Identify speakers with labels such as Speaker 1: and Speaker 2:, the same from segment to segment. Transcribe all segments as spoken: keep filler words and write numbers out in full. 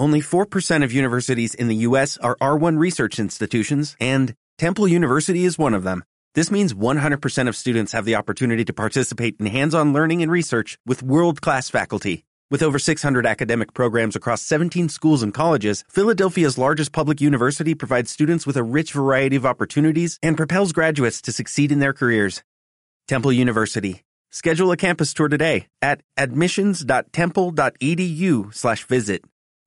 Speaker 1: only four percent of universities in the U S are R one research institutions, and Temple University is one of them. This means one hundred percent of students have the opportunity to participate in hands-on learning and research with world-class faculty. With over six hundred academic programs across seventeen schools and colleges, Philadelphia's largest public university provides students with a rich variety of opportunities and propels graduates to succeed in their careers. Temple University. Schedule a campus tour today at admissions.temple.edu slash visit.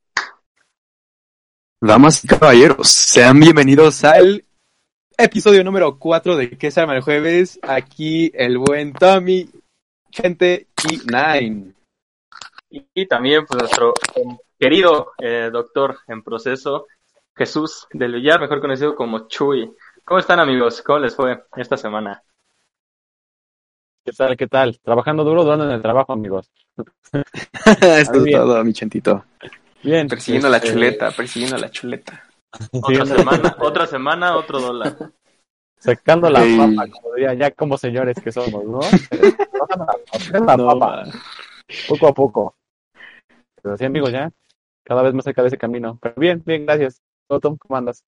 Speaker 2: Damas y caballeros, sean bienvenidos al episodio número cuatro de ¿Qué se llama el jueves? Aquí el buen Tommy, gente y Nine.
Speaker 3: Y, y también pues nuestro eh, querido eh, doctor en proceso, Jesús del Villar, mejor conocido como Chuy. ¿Cómo están, amigos? ¿Cómo les fue esta semana?
Speaker 4: ¿Qué tal? ¿Qué tal? Trabajando duro, durando en el trabajo, amigos.
Speaker 2: Esto es todo, mi chentito.
Speaker 4: Bien.
Speaker 5: Persiguiendo
Speaker 4: este...
Speaker 5: la chuleta, persiguiendo la chuleta.
Speaker 3: Otra semana, otra semana, otro dólar.
Speaker 4: Sacando la
Speaker 2: Hey.
Speaker 4: papa, como diría, ya como señores que somos, ¿no? la
Speaker 2: No,
Speaker 4: papa, poco a poco. Pero sí, amigos, ya, cada vez más cerca de ese camino. Pero bien, bien, gracias. Tom, ¿cómo andas?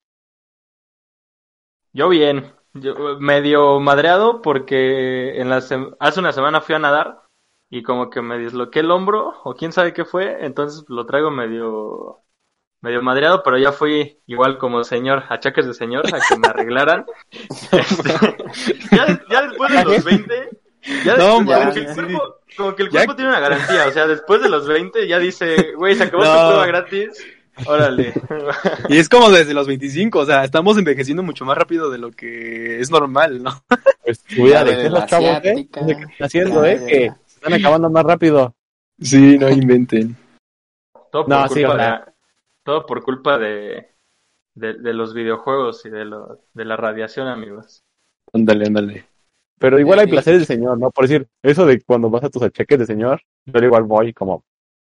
Speaker 3: Yo bien, yo medio madreado porque en la sem- hace una semana fui a nadar y como que me disloqué el hombro o quién sabe qué fue, entonces lo traigo medio medio madreado, pero ya fui igual como señor, achaques de señor, a que me arreglaran. Este, ya, ya después de los veinte, ya
Speaker 2: No,
Speaker 3: después, como
Speaker 2: man,
Speaker 3: que el
Speaker 2: sí.
Speaker 3: cuerpo, como que el
Speaker 2: Ya-
Speaker 3: cuerpo tiene una garantía, o sea, después de los veinte ya dice, güey, se acabó tu
Speaker 2: No.
Speaker 3: prueba gratis, órale.
Speaker 2: Y es como desde los veinticinco, o sea, estamos envejeciendo mucho más rápido de lo que es normal, ¿no?
Speaker 4: Pues cuida de
Speaker 5: de
Speaker 4: qué
Speaker 5: la
Speaker 4: los chavos, ¿eh?
Speaker 5: asiática.
Speaker 4: ¿Qué están haciendo,
Speaker 5: Ya,
Speaker 4: eh?
Speaker 5: ya,
Speaker 4: Que
Speaker 5: ya.
Speaker 4: se están acabando más rápido.
Speaker 2: Sí, no inventen.
Speaker 3: Todo por
Speaker 4: No,
Speaker 3: culpa
Speaker 4: sí, o sea.
Speaker 3: de, todo por culpa de, de, de los videojuegos y de lo, de la radiación, amigos.
Speaker 2: Ándale, ándale.
Speaker 4: Pero igual hay
Speaker 5: Sí.
Speaker 4: placeres de señor, ¿no? Por decir, eso de cuando vas a tus achaques de señor, yo igual voy como...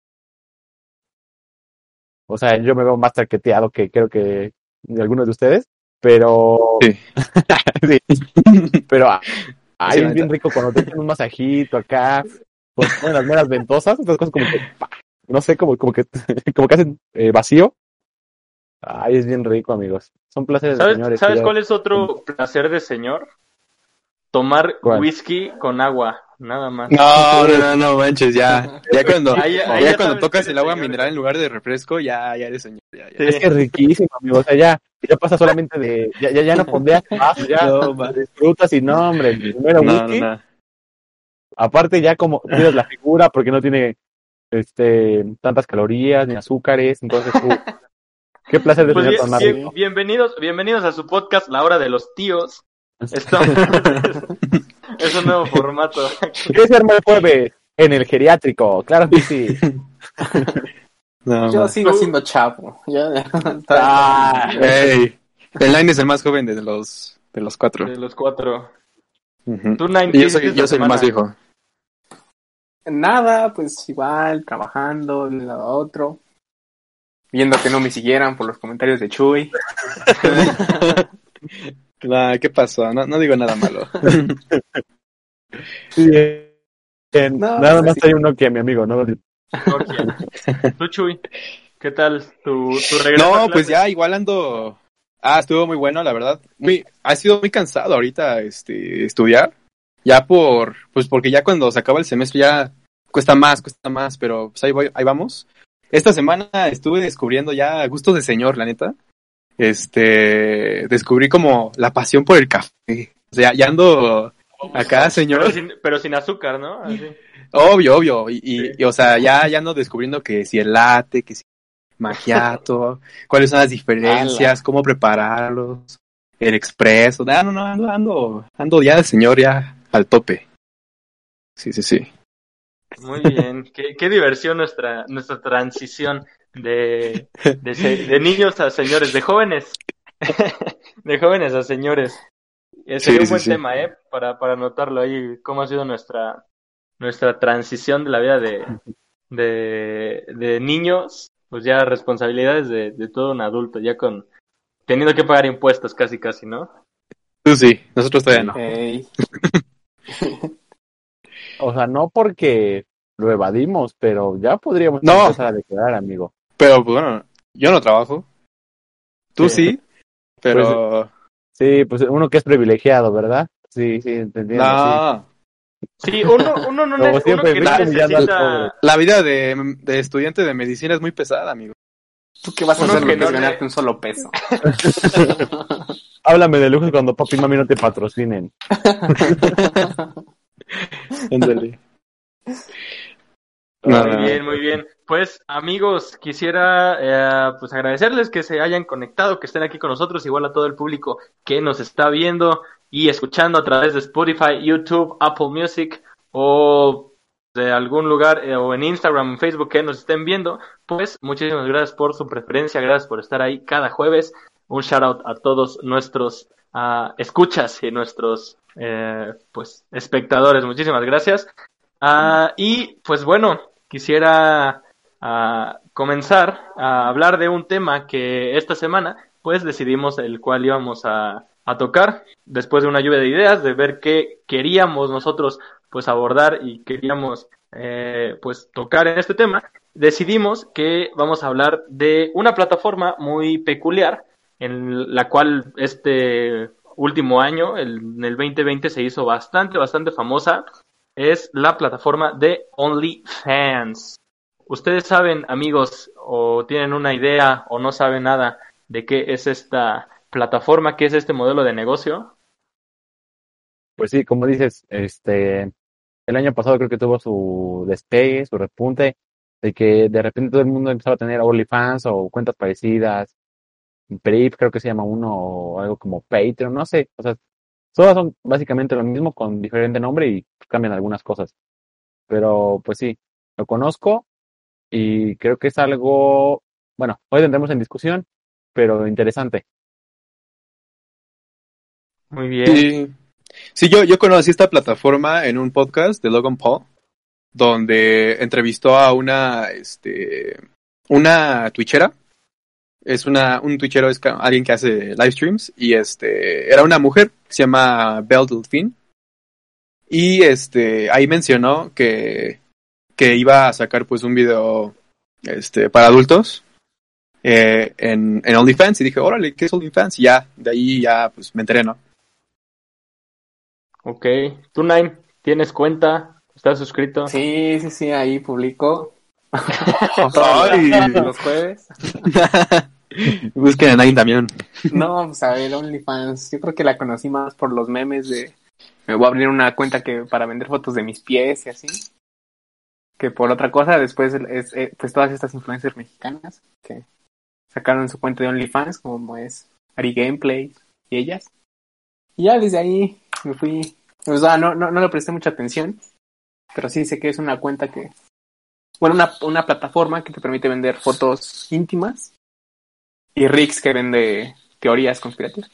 Speaker 4: O sea, yo me veo más traqueteado que creo que de algunos de ustedes, pero...
Speaker 2: Sí.
Speaker 4: Sí. Pero ah, ay,
Speaker 2: Sí,
Speaker 4: es bien rico cuando te echan un masajito acá, pues ponen las meras ventosas, estas cosas como que... pa, no sé, como, como que como que hacen eh, vacío. Ay, es bien rico, amigos. Son placeres de
Speaker 3: ¿Sabes,
Speaker 4: señores.
Speaker 3: ¿sabes
Speaker 4: que ya-
Speaker 3: cuál es otro placer de señor? Tomar
Speaker 4: ¿Cuál?
Speaker 3: whisky con agua, nada más.
Speaker 2: No, no, no, no manches, ya. Ya cuando,
Speaker 3: Ahí- ahí
Speaker 2: ya
Speaker 3: ya
Speaker 2: cuando
Speaker 3: sabes
Speaker 2: tocas
Speaker 3: que
Speaker 2: el
Speaker 3: eres
Speaker 2: agua
Speaker 3: señor.
Speaker 2: mineral en lugar de refresco, ya, ya eres señor. Ya, ya.
Speaker 3: Sí.
Speaker 4: Es que es riquísimo, amigo. O sea, ya, ya pasa solamente de... Ya, ya, ya no fondeas más, ya
Speaker 2: No, va.
Speaker 4: disfrutas y no, hombre, el primero
Speaker 2: No,
Speaker 4: whisky.
Speaker 2: no, no.
Speaker 4: Aparte ya como cuidas la figura porque no tiene este tantas calorías ni azúcares, entonces uh, qué placer de
Speaker 3: Pues
Speaker 4: señor
Speaker 3: bien-
Speaker 4: tan más
Speaker 3: bien-
Speaker 4: rico.
Speaker 3: bienvenidos, bienvenidos a su podcast La Hora de los Tíos. Estamos... es un nuevo formato.
Speaker 4: ¿Qué se arma el jueves? En el geriátrico, claro que sí.
Speaker 2: No,
Speaker 5: Yo
Speaker 2: ma.
Speaker 5: sigo
Speaker 3: Tú-
Speaker 5: siendo chavo. Yo...
Speaker 4: Ah,
Speaker 2: Ey, el Nine es el más joven de los, de los cuatro.
Speaker 3: De los cuatro.
Speaker 2: Ujú.
Speaker 3: Tú, Nine,
Speaker 2: Y yo
Speaker 3: ¿qué
Speaker 2: soy,
Speaker 3: hiciste
Speaker 2: yo
Speaker 3: esta
Speaker 2: soy el más
Speaker 3: semana?
Speaker 2: viejo.
Speaker 5: Nada, pues igual, trabajando de un lado a otro. Viendo que no me siguieran por los comentarios de Chuy.
Speaker 2: Nah, ¿qué pasó? No, no digo nada malo.
Speaker 4: sí, eh, eh,
Speaker 5: No,
Speaker 4: nada
Speaker 5: pues
Speaker 4: más
Speaker 5: sí.
Speaker 4: hay uno que mi amigo, ¿no?
Speaker 3: Georgia. Tú, Chuy, ¿qué tal tu, tu regreso a
Speaker 2: No, pues
Speaker 3: clases?
Speaker 2: ya igual ando. Ah, estuvo muy bueno, la verdad. Muy, ha sido muy cansado ahorita, este, estudiar. Ya por, pues porque ya cuando se acaba el semestre ya cuesta más, cuesta más, pero pues ahí voy, ahí vamos. Esta semana estuve descubriendo ya gustos de señor, la neta. Este, descubrí como la pasión por el café. O sea, ya ando acá, señor.
Speaker 3: Pero sin, pero sin azúcar, ¿no? Así.
Speaker 2: Obvio, obvio. Y, y, y, o sea, ya, ya ando descubriendo que si el latte, que si macchiato, cuáles son las diferencias, cómo prepararlos, el expreso. No, no, no, ando, ando, ando ya de señor, ya al tope. Sí, sí, sí.
Speaker 3: Muy bien. Qué, qué diversión nuestra, nuestra transición de, de, se- de niños a señores, de jóvenes. De jóvenes a señores. Eh, Sería
Speaker 2: Sí,
Speaker 3: un
Speaker 2: sí,
Speaker 3: buen
Speaker 2: sí.
Speaker 3: tema, ¿eh? Para, para anotarlo ahí, cómo ha sido nuestra, nuestra transición de la vida de, de, de niños, pues ya responsabilidades de, de todo un adulto, ya con teniendo que pagar impuestos casi, casi, ¿no?
Speaker 2: Tú sí, nosotros todavía no.
Speaker 5: Ey.
Speaker 4: O sea, no porque lo evadimos, pero ya podríamos
Speaker 2: No.
Speaker 4: empezar a declarar, amigo.
Speaker 2: Pero pues, bueno, Yo no trabajo. Tú sí,
Speaker 4: Sí.
Speaker 2: pero...
Speaker 4: Sí, pues uno que es privilegiado, ¿verdad? Sí, sí, te entiendo, sí.
Speaker 2: no,
Speaker 3: Sí, uno, uno, no
Speaker 4: Como
Speaker 3: ne- uno
Speaker 4: siempre,
Speaker 3: que no
Speaker 4: Rico humillando al pobre.
Speaker 3: necesita...
Speaker 2: la vida de, de estudiante de medicina es muy pesada, amigo.
Speaker 5: ¿Tú qué vas a
Speaker 3: Uno
Speaker 5: hacer lo
Speaker 3: que
Speaker 5: que es
Speaker 3: no
Speaker 5: ganarte
Speaker 3: ne-
Speaker 5: un solo peso?
Speaker 4: Háblame de lujos cuando papi y mami no te patrocinen.
Speaker 2: Ándale.
Speaker 4: No,
Speaker 3: Muy
Speaker 4: no,
Speaker 3: bien, muy bien. Pues amigos, quisiera eh, pues agradecerles que se hayan conectado, que estén aquí con nosotros, igual a todo el público que nos está viendo y escuchando a través de Spotify, YouTube, Apple Music o de algún lugar eh, o en Instagram, en Facebook que nos estén viendo. Pues muchísimas gracias por su preferencia, gracias por estar ahí cada jueves. Un shout out a todos nuestros uh, escuchas y nuestros eh, pues espectadores. Muchísimas gracias. Uh, y pues bueno, quisiera uh, comenzar a hablar de un tema que esta semana pues decidimos el cual íbamos a, a tocar después de una lluvia de ideas, de ver qué queríamos nosotros pues abordar y queríamos eh, pues tocar en este tema. Decidimos que vamos a hablar de una plataforma muy peculiar en la cual este último año, el, en el veinte veinte, se hizo bastante, bastante famosa. Es la plataforma de OnlyFans. ¿Ustedes saben, amigos, o tienen una idea o no saben nada de qué es esta plataforma, qué es este modelo de negocio?
Speaker 4: pues sí, como dices, este, el año pasado creo que tuvo su despegue, su repunte, de que de repente todo el mundo empezaba a tener OnlyFans o cuentas parecidas, Brave creo que se llama uno, o algo como Patreon, no sé, o sea, todas son básicamente lo mismo con diferente nombre y cambian algunas cosas. Pero pues sí, lo conozco y creo que es algo, bueno, hoy tendremos en discusión, pero interesante.
Speaker 3: Muy bien.
Speaker 2: Sí, sí yo, yo conocí esta plataforma en un podcast de Logan Paul, donde entrevistó a una, este, una twitchera. Es una, un twitchero es ca- alguien que hace live streams y este, era una mujer que se llama Belle Delphine. Y este, ahí mencionó que, que iba a sacar pues un video, este, para adultos, eh, en, en OnlyFans y dije, órale, ¿qué es OnlyFans? Y ya, de ahí ya pues me enteré, ¿no?
Speaker 3: Ok. ¿Tú, Nine, tienes cuenta? ¿Estás suscrito?
Speaker 5: Sí, sí, sí, ahí publico.
Speaker 2: Ay.
Speaker 5: Los jueves.
Speaker 2: Busquen a Nine también.
Speaker 5: No, pues a ver, OnlyFans. Yo creo que la conocí más por los memes de... Me voy a abrir una cuenta que para vender fotos de mis pies y así. Que por otra cosa, después es, es, pues todas estas influencers mexicanas que sacaron su cuenta de OnlyFans, como es Ari Gameplay y ellas. Y ya desde ahí me fui... O sea, no, no, no le presté mucha atención, pero sí sé que es una cuenta que... Bueno, una, una plataforma que te permite vender fotos íntimas y Rix que vende teorías conspirativas.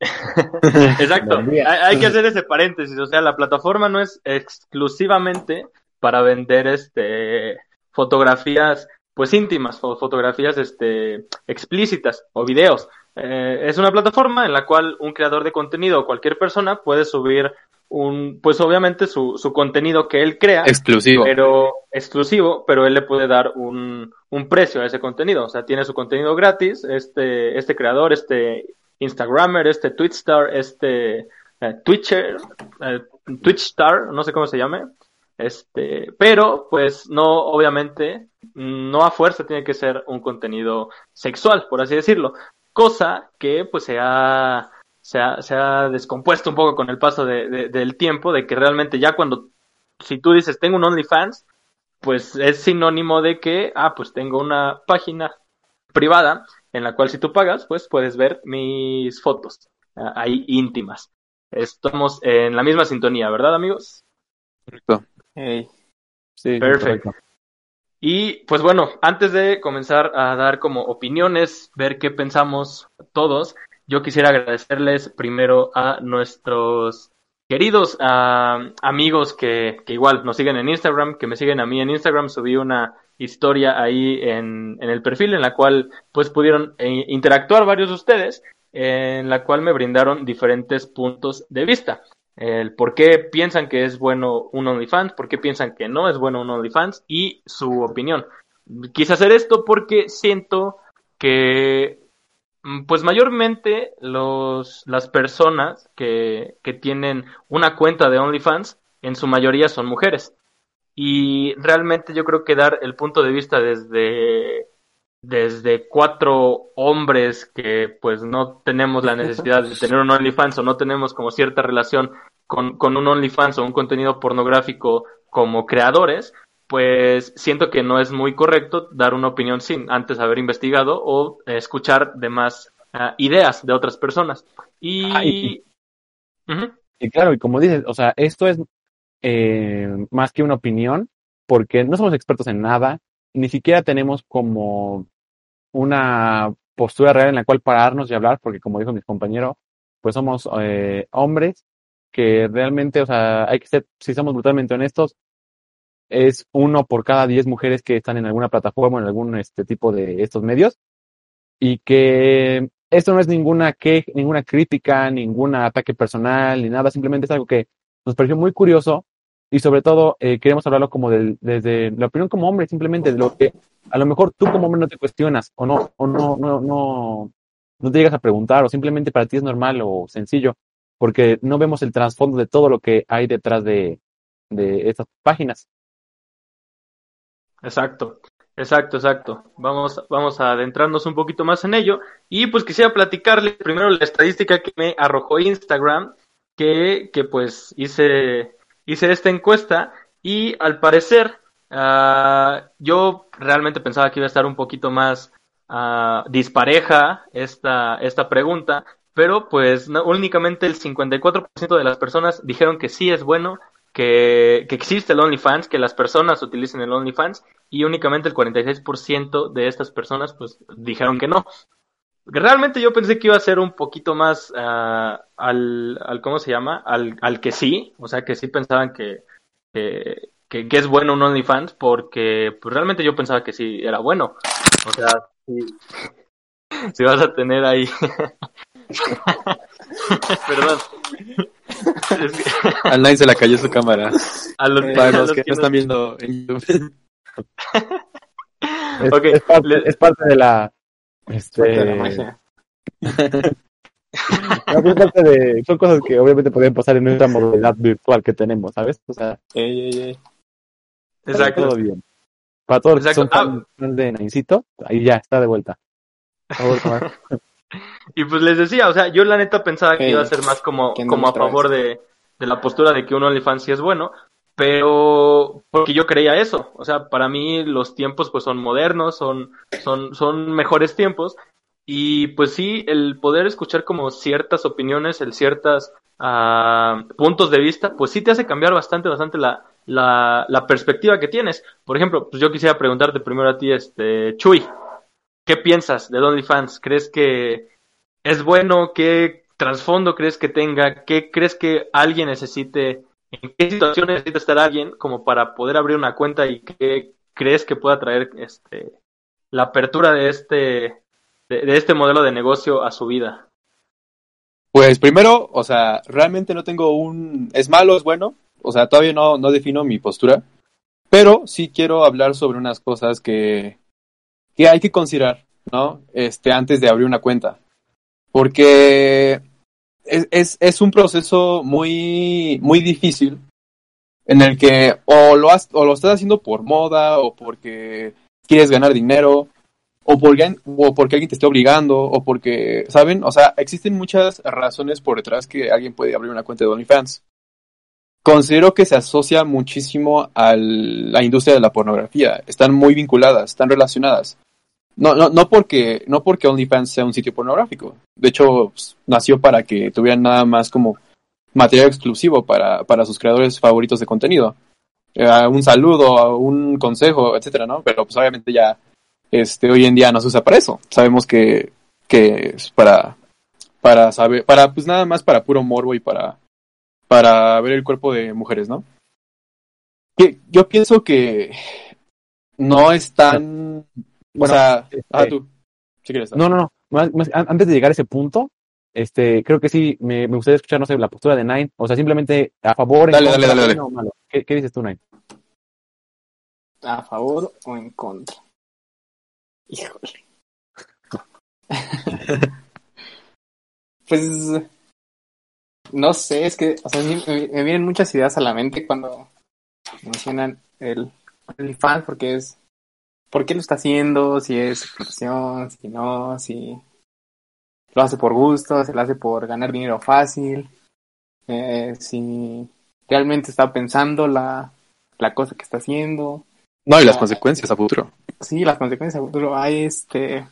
Speaker 3: Exacto.
Speaker 4: Buen día.
Speaker 3: Hay, hay que hacer ese paréntesis. O sea, la plataforma no es exclusivamente para vender este fotografías pues íntimas o fotografías este explícitas o videos. Eh, es una plataforma en la cual un creador de contenido o cualquier persona puede subir un, pues obviamente su, su contenido que él crea,
Speaker 2: Exclusivo.
Speaker 3: pero exclusivo, pero él le puede dar un, un precio a ese contenido. O sea, tiene su contenido gratis, este, este creador, este Instagrammer, este Twitchstar, este eh, Twitcher, eh, Twitchstar, no sé cómo se llame, este, pero pues no, obviamente, no a fuerza tiene que ser un contenido sexual, por así decirlo, cosa que pues se ha, se ha, se ha descompuesto un poco con el paso de, de, del tiempo, de que realmente ya cuando, si tú dices tengo un OnlyFans, pues es sinónimo de que, ah, pues tengo una página privada en la cual si tú pagas, pues puedes ver mis fotos uh, ahí íntimas. Estamos en la misma sintonía, ¿verdad, amigos?
Speaker 2: Correcto.
Speaker 5: Hey.
Speaker 4: Sí,
Speaker 3: Perfecto.
Speaker 4: correcto.
Speaker 3: Y pues bueno, antes de comenzar a dar como opiniones, ver qué pensamos todos, yo quisiera agradecerles primero a nuestros queridos uh, amigos que, que igual nos siguen en Instagram, que me siguen a mí en Instagram. Subí una historia ahí en, en el perfil en la cual pues pudieron eh, interactuar varios de ustedes, en la cual me brindaron diferentes puntos de vista. El por qué piensan que es bueno un OnlyFans, por qué piensan que no es bueno un OnlyFans y su opinión. Quise hacer esto porque siento que pues mayormente los, las personas que, que tienen una cuenta de OnlyFans, en su mayoría son mujeres. Y realmente yo creo que dar el punto de vista desde, desde cuatro hombres que pues no tenemos la necesidad de tener un OnlyFans o no tenemos como cierta relación con, con un OnlyFans o un contenido pornográfico como creadores, pues siento que no es muy correcto dar una opinión sin antes haber investigado o eh, escuchar demás uh, ideas de otras personas. Y...
Speaker 4: Ah, y,
Speaker 3: uh-huh.
Speaker 4: y claro, y como dices, o sea, esto es eh, más que una opinión, porque no somos expertos en nada, ni siquiera tenemos como una postura real en la cual pararnos y hablar, porque como dijo mi compañero, pues somos eh, hombres que realmente, o sea, hay que ser, si somos brutalmente honestos, es uno por cada diez mujeres que están en alguna plataforma, en algún este tipo de estos medios, y que esto no es ninguna que, ninguna crítica, ningún ataque personal, ni nada, simplemente es algo que nos pareció muy curioso, y sobre todo eh, queremos hablarlo como del, desde la opinión como hombre, simplemente de lo que a lo mejor tú como hombre no te cuestionas, o no, o no, no, no, no te llegas a preguntar, o simplemente para ti es normal o sencillo, porque no vemos el trasfondo de todo lo que hay detrás de, de estas páginas.
Speaker 3: Exacto, exacto, exacto. Vamos, vamos a adentrarnos un poquito más en ello. Y pues quisiera platicarles primero la estadística que me arrojó Instagram, que, que pues hice, hice esta encuesta y al parecer uh, yo realmente pensaba que iba a estar un poquito más uh, dispareja esta, esta pregunta, pero pues no, únicamente el cincuenta y cuatro por ciento de las personas dijeron que sí es bueno que, que existe el OnlyFans, que las personas utilicen el OnlyFans, y únicamente el cuarenta y seis por ciento de estas personas pues dijeron que no. Realmente yo pensé que iba a ser un poquito más uh, al, al, ¿cómo se llama? Al, al que sí, o sea que sí pensaban que, que, que, que es bueno un OnlyFans, porque pues realmente yo pensaba que sí era bueno. O sea, si, si vas a tener ahí... Perdón. Es que...
Speaker 2: A nadie se le cayó su cámara.
Speaker 3: A los,
Speaker 2: Para
Speaker 3: a
Speaker 2: los
Speaker 3: los
Speaker 2: que
Speaker 3: que
Speaker 2: no
Speaker 3: nos-
Speaker 2: están viendo en YouTube.
Speaker 4: Es,
Speaker 3: Ok,
Speaker 4: es parte,
Speaker 3: le-
Speaker 4: es parte de la,
Speaker 5: Es parte de la
Speaker 4: este,
Speaker 5: magia.
Speaker 4: no, pues es parte de, son cosas que obviamente podrían pasar en nuestra modalidad virtual que tenemos, ¿sabes? O sea,
Speaker 2: Ey, ey, ey.
Speaker 3: exacto.
Speaker 4: todo bien. Para todos los que
Speaker 3: Exacto.
Speaker 4: son
Speaker 3: Ah,
Speaker 4: fans de Naincito, ahí ya está de vuelta. Por favor, Tomás.
Speaker 3: y pues les decía, o sea, yo la neta pensaba que
Speaker 5: Ey,
Speaker 3: iba a ser más como,
Speaker 5: ¿quién
Speaker 3: como a
Speaker 5: otra vez?
Speaker 3: favor de, de la postura de que un OnlyFans sí es bueno, pero porque yo creía eso, o sea, para mí los tiempos pues son modernos, son, son, son mejores tiempos, y pues sí, el poder escuchar como ciertas opiniones, el ciertas ah, puntos de vista, pues sí te hace cambiar bastante, bastante la, la, la perspectiva que tienes. Por ejemplo, pues yo quisiera preguntarte primero a ti, este, Chuy, ¿qué piensas de OnlyFans? ¿Crees que es bueno? ¿Qué trasfondo crees que tenga? ¿Qué crees que alguien necesite? ¿En qué situación necesita estar alguien como para poder abrir una cuenta? ¿Y qué crees que pueda traer este la apertura de este de, de este modelo de negocio a su vida?
Speaker 2: Pues primero, o sea, realmente no tengo un... ¿Es malo, es bueno? O sea, todavía no, no defino mi postura, pero sí quiero hablar sobre unas cosas que, que hay que considerar, ¿no? Este, antes de abrir una cuenta. Porque es, es, es un proceso muy, muy difícil en el que o lo, has, o lo estás haciendo por moda o porque quieres ganar dinero o porque, o porque alguien te esté obligando o porque, ¿saben? O sea, existen muchas razones por detrás que alguien puede abrir una cuenta de OnlyFans. Considero que se asocia muchísimo a la industria de la pornografía. Están muy vinculadas, están relacionadas. No, no, no porque, no porque OnlyFans sea un sitio pornográfico. De hecho, pues, nació para que tuvieran nada más como material exclusivo para, para sus creadores favoritos de contenido. Eh, un saludo, un consejo, etcétera, ¿no? Pero pues obviamente ya este hoy en día no se usa para eso. Sabemos que, que es para, para saber, para pues nada más para puro morbo y para, para ver el cuerpo de mujeres, ¿no? Que yo pienso que no es tan, o
Speaker 4: Bueno,
Speaker 2: sea,
Speaker 4: este,
Speaker 2: ah, tú, si quieres.
Speaker 4: no, no, no. Más- más- an- antes de llegar a ese punto, este, creo que sí, me, me gustaría escuchar, no sé, la postura de Nine. O sea, simplemente a favor, en
Speaker 2: Dale,
Speaker 4: contra,
Speaker 2: dale, dale, dale.
Speaker 4: bueno o malo. ¿Qué, qué dices tú, Nine?
Speaker 5: ¿A favor o en contra? Híjole. Pues, no sé, es que, o sea, sí, me, me vienen muchas ideas a la mente cuando mencionan el OnlyFans, porque es, ¿por qué lo está haciendo? Si es explotación, si no, si lo hace por gusto, si lo hace por ganar dinero fácil, eh, si realmente está pensando la, la cosa que está haciendo.
Speaker 2: No, y las
Speaker 5: Ah,
Speaker 2: consecuencias a futuro.
Speaker 5: sí, las consecuencias a futuro. Hay este,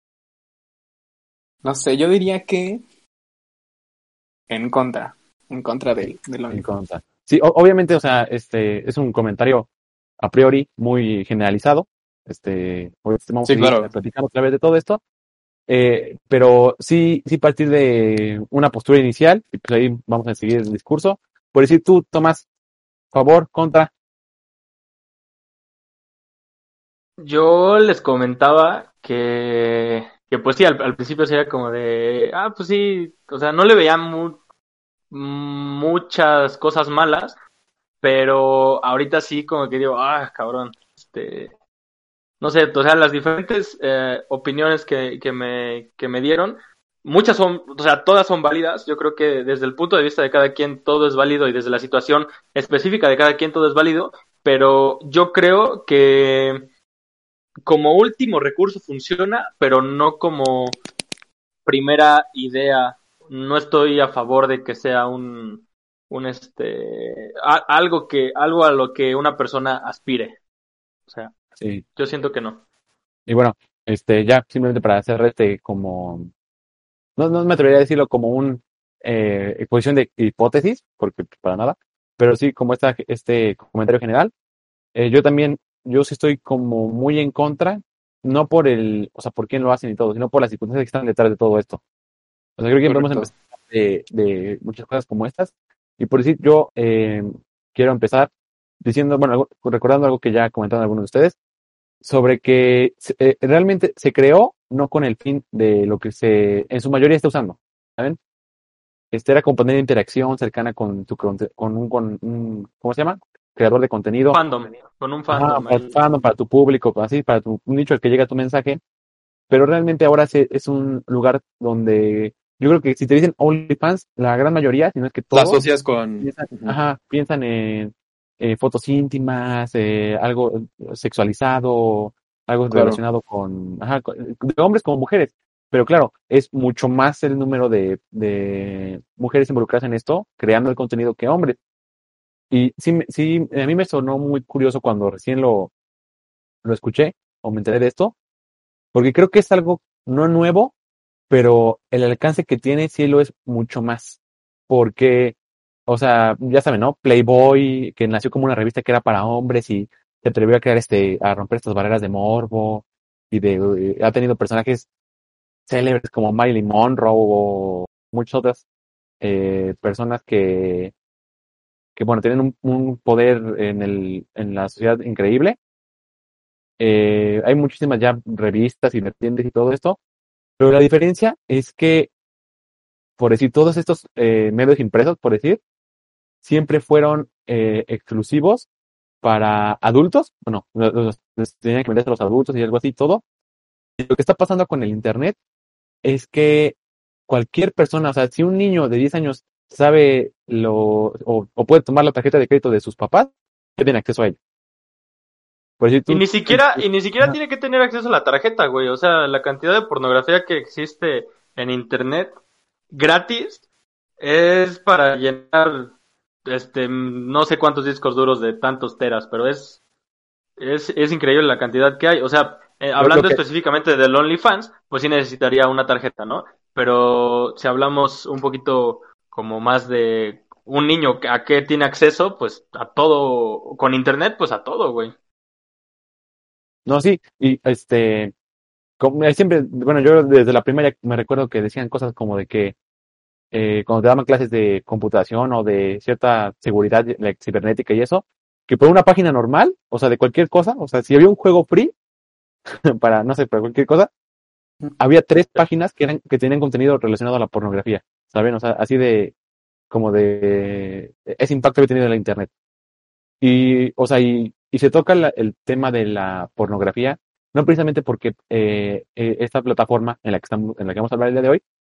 Speaker 5: no sé, yo diría que en contra, en contra del, del
Speaker 4: En
Speaker 5: OnlyFans.
Speaker 4: contra. Sí, o- obviamente, o sea, este es un comentario a priori muy generalizado. Este, hoy vamos a
Speaker 2: Sí,
Speaker 4: seguir
Speaker 2: claro.
Speaker 4: platicando otra vez de todo esto. Eh, pero sí, sí partir de una postura inicial, y pues ahí vamos a seguir el discurso. Por decir tú, Tomás, favor, contra.
Speaker 3: Yo les comentaba que, que pues sí, al, al principio sería como de, ah, pues sí, o sea, no le veía mu- muchas cosas malas, pero ahorita sí como que digo, ah, cabrón, este, no sé, o sea, las diferentes eh, opiniones que, que me, que me dieron, muchas son, o sea, todas son válidas. Yo creo que desde el punto de vista de cada quien todo es válido y desde la situación específica de cada quien todo es válido, pero yo creo que como último recurso funciona, pero no como primera idea. No estoy a favor de que sea un, un este, a- algo que, algo a lo que una persona aspire. O sea,
Speaker 4: Sí.
Speaker 3: yo siento que no.
Speaker 4: Y bueno, este, ya simplemente para hacer este como, no, no me atrevería a decirlo como un eh, exposición de hipótesis, porque pues, para nada, pero sí como esta, este comentario general. Eh, yo también, yo sí estoy como muy en contra, no por el, o sea, por quién lo hacen y todo, sino por las circunstancias que están detrás de todo esto. O sea, creo que podemos
Speaker 2: Correcto.
Speaker 4: empezar de, de muchas cosas como estas. Y por decir, yo eh, quiero empezar diciendo, bueno, algo- recordando algo que ya comentaron algunos de ustedes, sobre que se- eh, realmente se creó no con el fin de lo que se, en su mayoría está usando, ¿saben? Este era componer interacción cercana con tu, conte- con un, con un, ¿cómo se llama? Creador de contenido.
Speaker 3: Fandom, con un
Speaker 4: Ajá,
Speaker 3: fandom
Speaker 4: para tu
Speaker 3: ahí.
Speaker 4: fandom, para tu público, así, para tu nicho al que llega tu mensaje. Pero realmente ahora se- es un lugar donde yo creo que si te dicen OnlyFans, la gran mayoría, si no es que
Speaker 2: La
Speaker 4: todos,
Speaker 2: asocias con...
Speaker 4: piensan,
Speaker 2: Ujú.
Speaker 4: ajá, piensan en eh, fotos íntimas, eh, algo sexualizado, algo
Speaker 2: Claro.
Speaker 4: relacionado con, ajá, con- de hombres como mujeres. Pero claro, es mucho más el número de, de mujeres involucradas en esto, creando el contenido que hombres. Y sí, me- sí, a mí me sonó muy curioso cuando recién lo, lo escuché o me enteré de esto, porque creo que es algo no nuevo, pero el alcance que tiene sí lo es mucho más. Porque, o sea, ya saben, ¿no? Playboy, que nació como una revista que era para hombres y se atrevió a crear este, a romper estas barreras de morbo y de, eh, ha tenido personajes célebres como Marilyn Monroe o muchas otras eh, personas que, que, bueno, tienen un, un poder en el, en la sociedad increíble. Eh, hay muchísimas ya revistas y vertientes y todo esto, pero la diferencia es que, por decir, todos estos eh, medios impresos, por decir, siempre fueron eh, exclusivos para adultos. Bueno, los, los- los tenían que venderse a los adultos y algo así, todo. Y lo que está pasando con el Internet es que cualquier persona, o sea, si un niño de diez años sabe lo, o, o puede tomar la tarjeta de crédito de sus papás, ya tiene acceso a ello. Por decir,
Speaker 3: Y
Speaker 4: tú,
Speaker 3: ni siquiera, y ni siquiera
Speaker 4: ajá,
Speaker 3: tiene que tener acceso a la tarjeta, güey. O sea, la cantidad de pornografía que existe en internet gratis es para llenar, este, no sé cuántos discos duros de tantos teras, pero es, es, es increíble la cantidad que hay. O sea, eh,
Speaker 4: lo, lo
Speaker 3: hablando
Speaker 4: que,
Speaker 3: específicamente del OnlyFans, pues sí necesitaría una tarjeta, ¿no? Pero si hablamos un poquito como más de un niño a qué tiene acceso, pues a todo, con internet, pues a todo, güey.
Speaker 4: no, sí, y este, como, eh, siempre, bueno, yo desde la primaria me recuerdo que decían cosas como de que eh, cuando te daban clases de computación o de cierta seguridad like, cibernética y eso, que por una página normal, o sea, de cualquier cosa, o sea, si había un juego free para, no sé, para cualquier cosa, había tres páginas que eran, que tenían contenido relacionado a la pornografía, ¿saben? O sea, así de, como de, ese impacto que ha tenido en la internet. Y, o sea, y, y se toca la- el tema de la pornografía no precisamente porque eh, eh, esta plataforma en la que estamos, en la que vamos a hablar el día de hoy,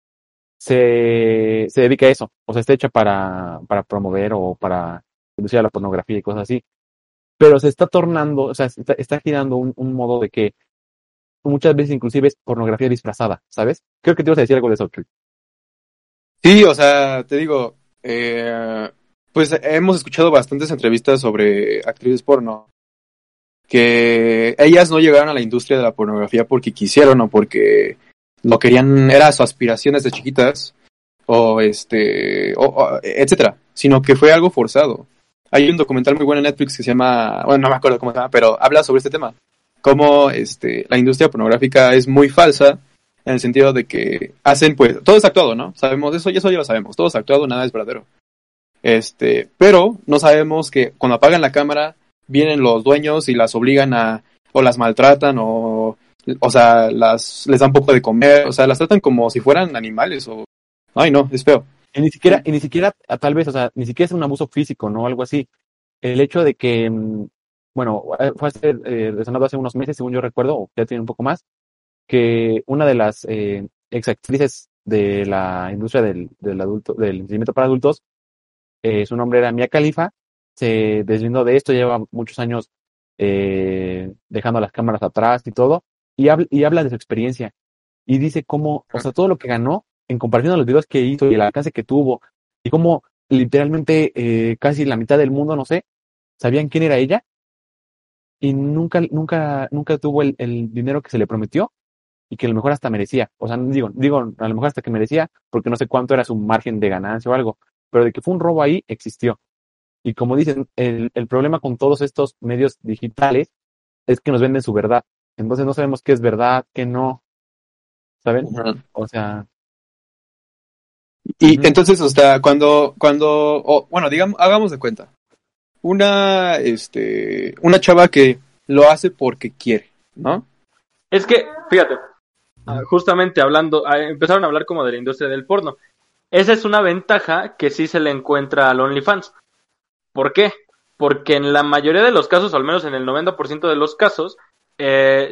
Speaker 4: se, se dedica a eso, o sea, está hecha para, para promover o para inducir a la pornografía y cosas así, pero se está tornando, o sea, está, está girando un, un modo de que muchas veces inclusive es pornografía disfrazada, ¿sabes? Creo que te ibas a decir algo de eso, Chuy.
Speaker 2: Sí, o sea, te digo, eh, pues hemos escuchado bastantes entrevistas sobre actrices porno, que ellas no llegaron a la industria de la pornografía porque quisieron o porque lo querían, era su aspiración desde chiquitas, o este, o, o, etcétera, sino que fue algo forzado. Hay un documental muy bueno en Netflix que se llama, bueno, no me acuerdo cómo se llama, pero habla sobre este tema, cómo este, la industria pornográfica es muy falsa, en el sentido de que hacen, pues, todo es actuado, ¿no? Sabemos eso, y eso ya lo sabemos, todo es actuado, nada es verdadero. Este, pero no sabemos que cuando apagan la cámara, vienen los dueños y las obligan a, o las maltratan, o, o sea, las, les dan poco de comer, o sea, las tratan como si fueran animales, o, ay no, es feo.
Speaker 4: Y ni siquiera, y ni siquiera, a- tal vez, o sea, ni siquiera es un abuso físico, ¿no? Algo así. El hecho de que, mm, bueno, eh, fue hace, eh, resonado hace unos meses, según yo recuerdo, o ya tiene un poco más, que una de las eh, exactrices de la industria del, del adulto, del entretenimiento para adultos, eh, su nombre era Mia Khalifa, se deslindó de esto, lleva muchos años eh, dejando las cámaras atrás y todo, y, habla, y habla de su experiencia, y dice cómo, o sea, todo lo que ganó en comparación a los videos que hizo y el alcance que tuvo, y cómo literalmente eh, casi la mitad del mundo, no sé, sabían quién era ella, y nunca, nunca, nunca tuvo el, el dinero que se le prometió, y que a lo mejor hasta merecía. O sea, digo, digo, a lo mejor hasta que merecía, porque no sé cuánto era su margen de ganancia o algo, pero de que fue un robo ahí, existió. Y como dicen, el, el problema con todos estos medios digitales es que nos venden su verdad. Entonces no sabemos qué es verdad, qué no, ¿saben?
Speaker 2: Ujú.
Speaker 4: O sea,
Speaker 2: Y
Speaker 4: ujú.
Speaker 2: entonces, o sea, cuando, cuando, o, bueno, digamos, hagamos de cuenta, una, este, una chava que lo hace porque quiere, ¿no?
Speaker 3: Es que, fíjate, ah,
Speaker 4: Ujú.
Speaker 3: justamente hablando, ah, empezaron a hablar como de la industria del porno. Esa es una ventaja que sí se le encuentra al OnlyFans. ¿Por qué? Porque en la mayoría de los casos, al menos en el noventa por ciento de los casos, eh,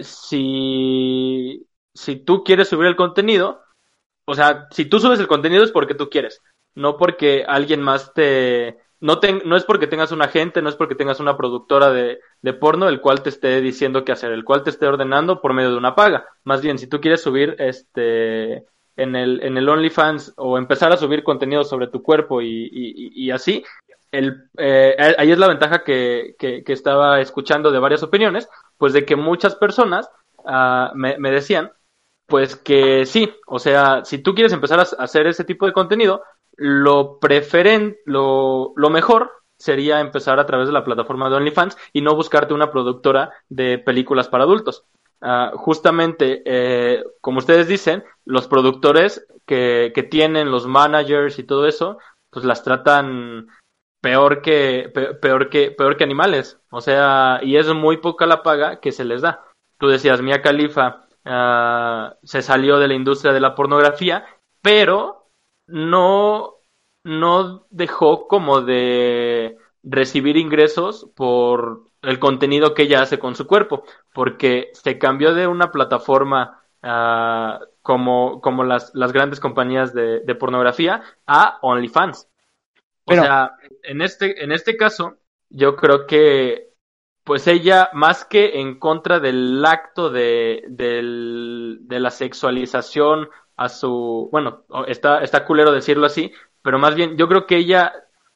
Speaker 3: si, si tú quieres subir el contenido, o sea, si tú subes el contenido es porque tú quieres, no porque alguien más te... No, te, no es porque tengas un agente, no es porque tengas una productora de, de porno el cual te esté diciendo qué hacer, el cual te esté ordenando por medio de una paga. Más bien, si tú quieres subir este en el, en el OnlyFans o empezar a subir contenido sobre tu cuerpo y, y, y así, el, eh, ahí es la ventaja que, que, que estaba escuchando de varias opiniones, pues de que muchas personas uh, me, me decían pues que sí, o sea, si tú quieres empezar a hacer ese tipo de contenido, lo preferen, lo, lo mejor sería empezar a través de la plataforma de OnlyFans y no buscarte una productora de películas para adultos. Uh, justamente, eh, como ustedes dicen, los productores que, que tienen, los managers y todo eso, pues las tratan peor que, peor que, peor que animales. O sea, y es muy poca la paga que se les da. Tú decías, Mia Khalifa uh, se salió de la industria de la pornografía, pero no, no dejó como de recibir ingresos por el contenido que ella hace con su cuerpo, porque se cambió de una plataforma uh, como, como las, las grandes compañías de, de pornografía a OnlyFans. O
Speaker 4: Pero,
Speaker 3: sea, en este, en este caso, yo creo que pues ella, más que en contra del acto de, del, de la sexualización a su, bueno, está, está culero decirlo así, pero más bien yo creo que ella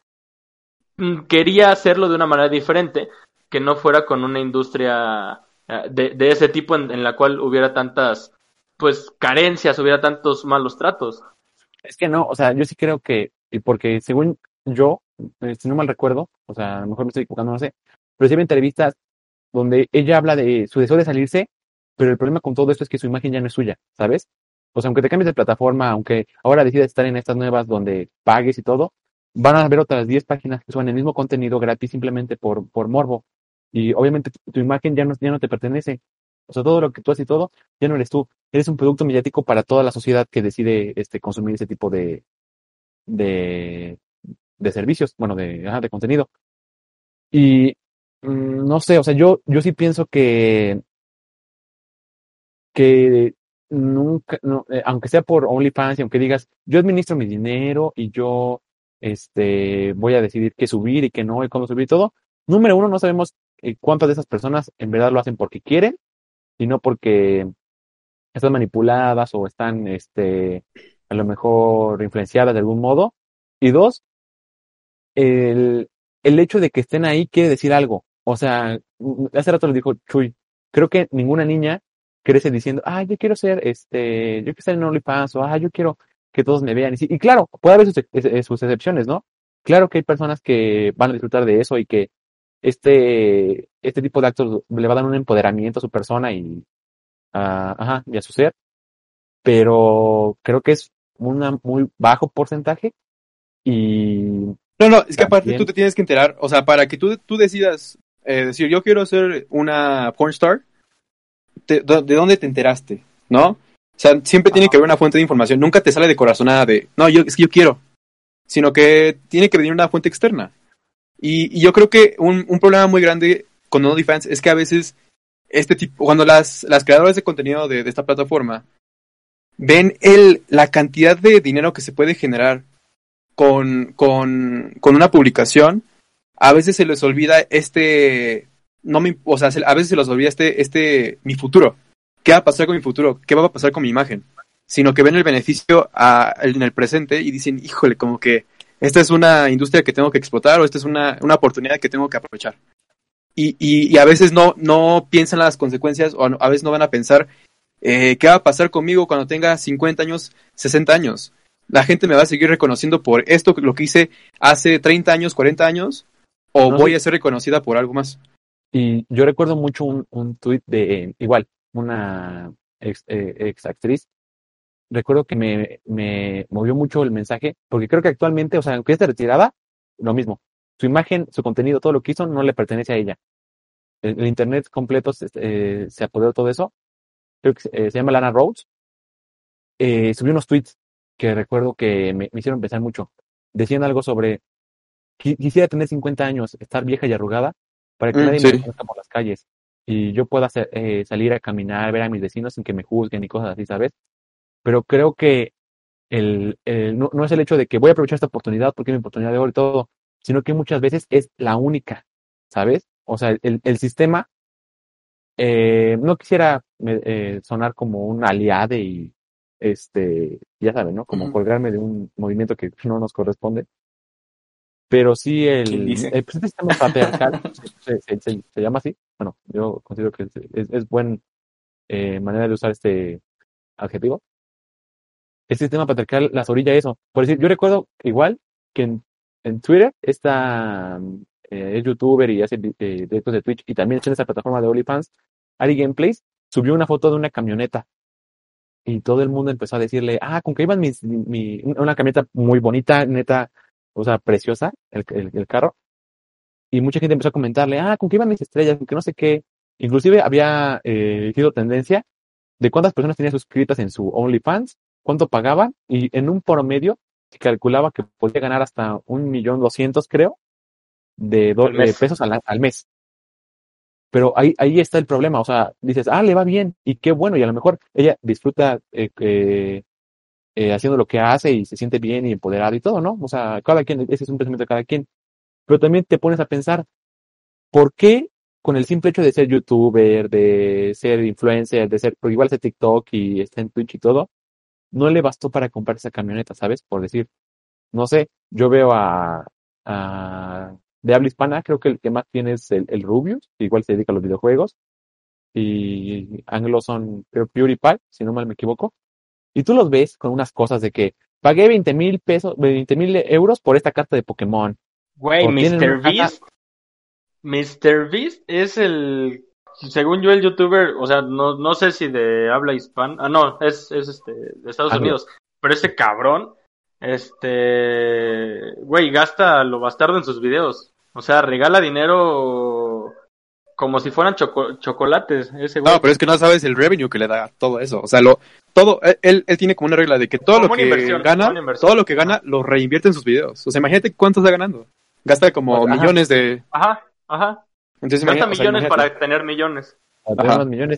Speaker 3: mm, quería hacerlo de una manera diferente, que no fuera con una industria eh, de, de ese tipo en, en la cual hubiera tantas, pues, carencias, hubiera tantos malos tratos.
Speaker 4: es que no, o sea, yo sí creo que, y porque según yo, eh, si no mal recuerdo, o sea, a lo mejor me estoy equivocando, no sé, pero sí hay entrevistas donde ella habla de su deseo de salirse, pero el problema con todo esto es que su imagen ya no es suya, ¿sabes? O sea, aunque te cambies de plataforma, aunque ahora decidas estar en estas nuevas donde pagues y todo, van a haber otras diez páginas que suban el mismo contenido gratis simplemente por, por morbo. Y obviamente tu, tu imagen ya no, ya no te pertenece. O sea, todo lo que tú haces y todo, ya no eres tú. Eres un producto mediático para toda la sociedad que decide este, consumir ese tipo de, de, de servicios, bueno, de, ajá, de contenido. Y mm, no sé, o sea, yo, yo sí pienso que que nunca, no, eh, aunque sea por OnlyFans y aunque digas, yo administro mi dinero y yo este, voy a decidir qué subir y qué no y cómo subir todo. Número uno, no sabemos eh, cuántas de esas personas en verdad lo hacen porque quieren y no porque están manipuladas o están, este, a lo mejor influenciadas de algún modo. Y dos, el, el hecho de que estén ahí quiere decir algo. O sea, mm, hace rato lo dijo Chuy, creo que ninguna niña crece diciendo, ah, yo quiero ser, este, yo quiero estar en OnlyFans o, ah, yo quiero que todos me vean. Y, sí, y claro, puede haber sus, ex- eh, sus excepciones, ¿no? Claro que hay personas que van a disfrutar de eso y que este, este tipo de actos le va a dar un empoderamiento a su persona y, a, ajá, y a su ser, pero creo que es un muy bajo porcentaje y
Speaker 2: No, no, es que aparte tú
Speaker 4: también,
Speaker 2: te tienes que enterar, o sea, para que tú, tú decidas eh, decir, yo quiero ser una pornstar, te- do- ¿de dónde te enteraste? ¿No? O sea, siempre tiene que haber una fuente de información, nunca te sale de corazonada de, no, yo, es que yo quiero, sino que tiene que venir una fuente externa. Y, y yo creo que un, un problema muy grande con OnlyFans es que a veces este tipo, cuando las, las creadoras de contenido de, de esta plataforma ven el, la cantidad de dinero que se puede generar con, con, con una publicación, a veces se les olvida este, no me, o sea, se- a veces se les olvida este, este, mi futuro. ¿Qué va a pasar con mi futuro? ¿Qué va a pasar con mi imagen? Sino que ven el beneficio a- en el presente y dicen, híjole, como que esta es una industria que tengo que explotar o esta es una, una oportunidad que tengo que aprovechar. Y, y, y a veces no, no piensan las consecuencias o a veces no van a pensar eh, qué va a pasar conmigo cuando tenga cincuenta años, sesenta años. La gente me va a seguir reconociendo por esto, lo que hice hace treinta años, cuarenta años, o
Speaker 4: no
Speaker 2: voy
Speaker 4: sé,
Speaker 2: a ser reconocida por algo más.
Speaker 4: y yo recuerdo mucho un, un tuit de, eh, igual, una ex, eh, ex actriz, recuerdo que me, me movió mucho el mensaje, porque creo que actualmente, o sea, aunque esté retirada, lo mismo, su imagen, su contenido, todo lo que hizo no le pertenece a ella. El, el internet completo se, eh, se apoderó de todo eso, creo que se, eh, se llama Lana Rhodes, eh, subió unos tweets que recuerdo que me, me hicieron pensar mucho. Decían algo sobre, "Qui- quisiera tener cincuenta años, estar vieja y arrugada, para que
Speaker 2: Mm,
Speaker 4: nadie me
Speaker 2: sí.
Speaker 4: reconozca por las calles y yo pueda hacer- eh, salir a caminar, ver a mis vecinos sin que me juzguen y cosas así, ¿sabes? Pero creo que el, el- no, no es el hecho de que voy a aprovechar esta oportunidad porque es mi oportunidad de oro y todo, sino que muchas veces es la única, ¿sabes? O sea, el, el sistema, eh, no quisiera me- eh, sonar como un aliade y, este, ya saben, ¿no? Como
Speaker 2: Ujú.
Speaker 4: colgarme de un movimiento que no nos corresponde, pero sí
Speaker 5: ¿Quién
Speaker 4: el,
Speaker 5: dice?
Speaker 4: el, pues, este sistema patriarcal, se, se, se- se llama así, bueno, yo considero que es, es, es buena manera de usar este adjetivo. Este sistema patriarcal las orilla a eso. Por decir, yo recuerdo igual que en, en Twitter esta mm, eh, es youtuber y hace vi- eh, directos de Twitch y también está en esa plataforma de OnlyFans, Ari Gameplays, subió una foto de una camioneta y todo el mundo empezó a decirle, ah, con que iban mis, mi, mi- una camioneta muy bonita, neta, o sea, preciosa, el, el, el carro, y mucha gente empezó a comentarle, ah, con que iban mis estrellas, con que no sé qué. Inclusive había eh, sido tendencia de cuántas personas tenía suscritas en su OnlyFans, cuánto pagaban, y en un promedio se calculaba que podía ganar hasta un millón doscientos, creo, de, do-
Speaker 3: al
Speaker 4: de
Speaker 3: mes.
Speaker 4: pesos al, al mes. Pero ahí, ahí está el problema, o sea, dices, ah, le va bien, y qué bueno, y a lo mejor ella disfruta eh, eh, eh, haciendo lo que hace y se siente bien y empoderada y todo, ¿no? O sea, cada quien, ese es un pensamiento de cada quien. Pero también te pones a pensar, ¿por qué con el simple hecho de ser youtuber, de ser influencer, de ser, porque igual hace TikTok y está en Twitch y todo, no le bastó para comprar esa camioneta, ¿sabes? Por decir, no sé, yo veo a, a de habla hispana, creo que el que más tiene es el, el Rubius, que igual se dedica a los videojuegos, y anglos son, creo, PewDiePie, si no mal me equivoco, y tú los ves con unas cosas de que pagué veinte mil pesos, veinte mil euros por esta carta de Pokémon,
Speaker 3: Güey,
Speaker 4: o tienen una
Speaker 3: míster
Speaker 4: casa,
Speaker 3: Beast, míster Beast es el, según yo, el youtuber, o sea, no, no sé si de habla hispana, ah, no, es, es este, de Estados
Speaker 4: anglo.
Speaker 3: Unidos, pero ese cabrón, este, güey, gasta lo bastardo en sus videos, o sea, regala dinero como si fueran choco- chocolates, ese
Speaker 2: No,
Speaker 3: güey,
Speaker 2: pero es que no sabes el revenue que le da todo eso. O sea, lo, todo, él, él tiene como una regla de que todo lo
Speaker 3: como una
Speaker 2: que
Speaker 3: inversión, como
Speaker 2: gana,
Speaker 3: una inversión.
Speaker 2: todo lo que gana, lo reinvierte en sus videos. O sea, imagínate cuánto está ganando. Gasta como
Speaker 4: Ajá,
Speaker 2: millones de.
Speaker 3: Ajá, ajá,
Speaker 2: Entonces,
Speaker 3: gasta
Speaker 2: imagínate, o sea,
Speaker 3: millones
Speaker 2: imagínate.
Speaker 3: para tener millones.
Speaker 4: para tener
Speaker 2: Ajá.
Speaker 4: más millones.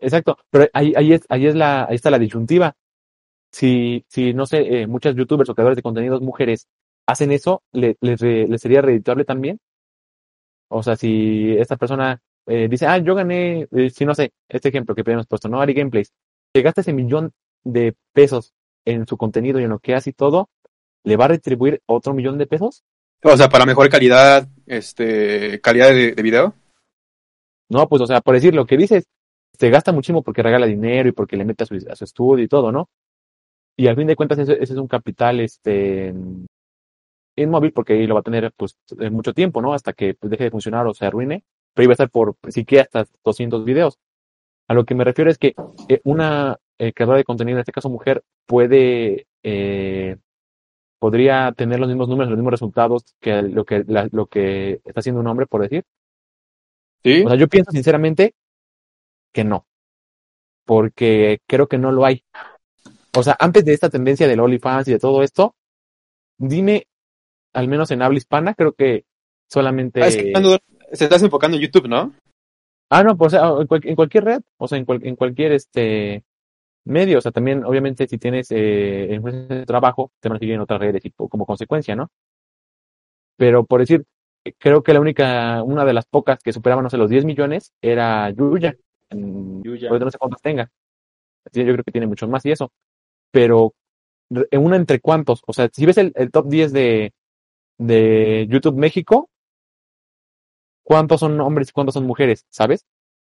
Speaker 4: exacto, pero ahí, ahí es, ahí es la, ahí está la disyuntiva. Si, si no sé, eh, muchas youtubers o creadores de contenidos mujeres hacen eso, ¿le, les, re- les sería redituable también? O sea, si esta persona eh, dice, ah, yo gané, eh, si no sé, este ejemplo que habíamos puesto, ¿no? Ari Gameplays, que gasta ese millón de pesos en su contenido y en lo que hace y todo, ¿le va a retribuir otro millón de pesos?
Speaker 2: O sea, para mejor calidad, este, calidad de, de video.
Speaker 4: No, pues, o sea, por decir lo que dices, se gasta muchísimo porque regala dinero y porque le mete a su, a su estudio y todo, ¿no? Y al fin de cuentas ese, ese es un capital, este, inmóvil porque ahí lo va a tener, pues, en mucho tiempo, ¿no? Hasta que pues, deje de funcionar o se arruine, pero iba a estar por, siquiera hasta doscientos videos. A lo que me refiero es que eh, una eh, creadora de contenido, en este caso mujer, puede, eh, podría tener los mismos números, los mismos resultados que lo que, la- lo que está haciendo un hombre, por decir.
Speaker 2: Sí.
Speaker 4: O sea, yo pienso sinceramente que no, porque creo que no lo hay. O sea, antes de esta tendencia del OnlyFans y de todo esto, dime, al menos en habla hispana, creo que
Speaker 2: Ah, es que
Speaker 4: solamente...
Speaker 2: cuando se estás enfocando en YouTube, ¿no?
Speaker 4: Ah, no, pues, o sea, en, cual- en cualquier red, o sea, en, cual- en cualquier este medio, o sea, también, obviamente, si tienes eh, influencia de trabajo, te van a seguir en otras redes y po- como consecuencia, ¿no? Pero por decir, eh, creo que la única, una de las pocas que superaban, no sé, los diez millones era Yuya. Mm,
Speaker 3: Yuya.
Speaker 4: ahorita no sé cuántos tenga. Sí, yo creo que tiene muchos más y eso. Pero, re- en una entre cuántos, o sea, si ves el, el top diez de, de YouTube México, ¿cuántos son hombres y cuántos son mujeres? ¿Sabes?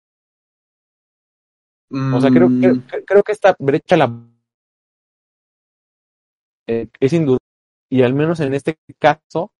Speaker 4: O sea, creo, creo,
Speaker 2: Mm,
Speaker 4: creo que esta brecha la eh, es indudable. Y al menos en este caso,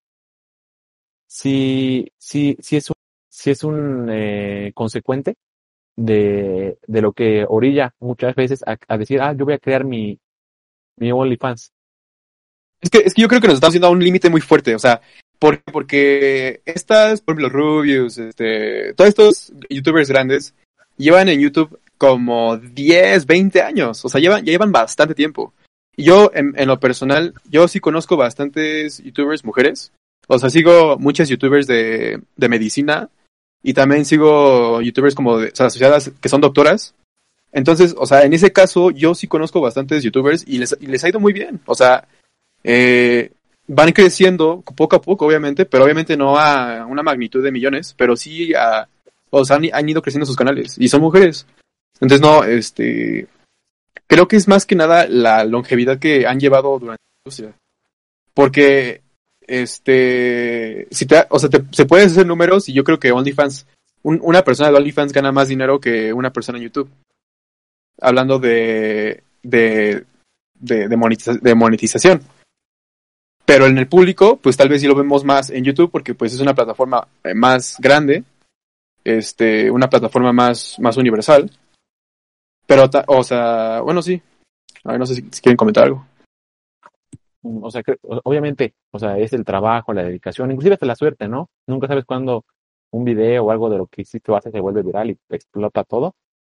Speaker 4: sí, sí, sí es un, sí es un eh, consecuente de, de lo que orilla muchas veces a, a decir, ah, yo voy a crear mi, mi OnlyFans.
Speaker 2: es que, es que yo creo que nos estamos haciendo a un límite muy fuerte, o sea, ¿por qué? Porque estas, por ejemplo, Rubius, este, todos estos youtubers grandes llevan en YouTube como diez, veinte años, o sea, llevan, ya llevan bastante tiempo. Y yo, en, en lo personal, yo sí conozco bastantes youtubers mujeres, o sea, sigo muchas youtubers de, de medicina y también sigo youtubers como de, o sea, asociadas que son doctoras. Entonces, o sea, en ese caso, yo sí conozco bastantes youtubers y les, y les ha ido muy bien. O sea, eh, van creciendo poco a poco, obviamente, pero obviamente no a una magnitud de millones, pero sí a, o sea, han, han ido creciendo sus canales y son mujeres. Entonces, no, este, creo que es más que nada la longevidad que han llevado durante la industria. Porque, este, si te, o sea, te, se pueden hacer números y yo creo que OnlyFans, un, una persona de OnlyFans gana más dinero que una persona en YouTube. Hablando de, de, de, de, monetiza- de monetización. Pero en el público, pues tal vez sí lo vemos más en YouTube porque pues es una plataforma eh, más grande, este, una plataforma más, más universal. Pero, ta- o sea, bueno, sí. A ver, no sé si, si quieren comentar algo.
Speaker 4: Mm, O sea, que, o- obviamente, o sea, es el trabajo, la dedicación, inclusive hasta la suerte, ¿no? Nunca sabes cuándo un video o algo de lo que hiciste o haces se vuelve viral y explota todo.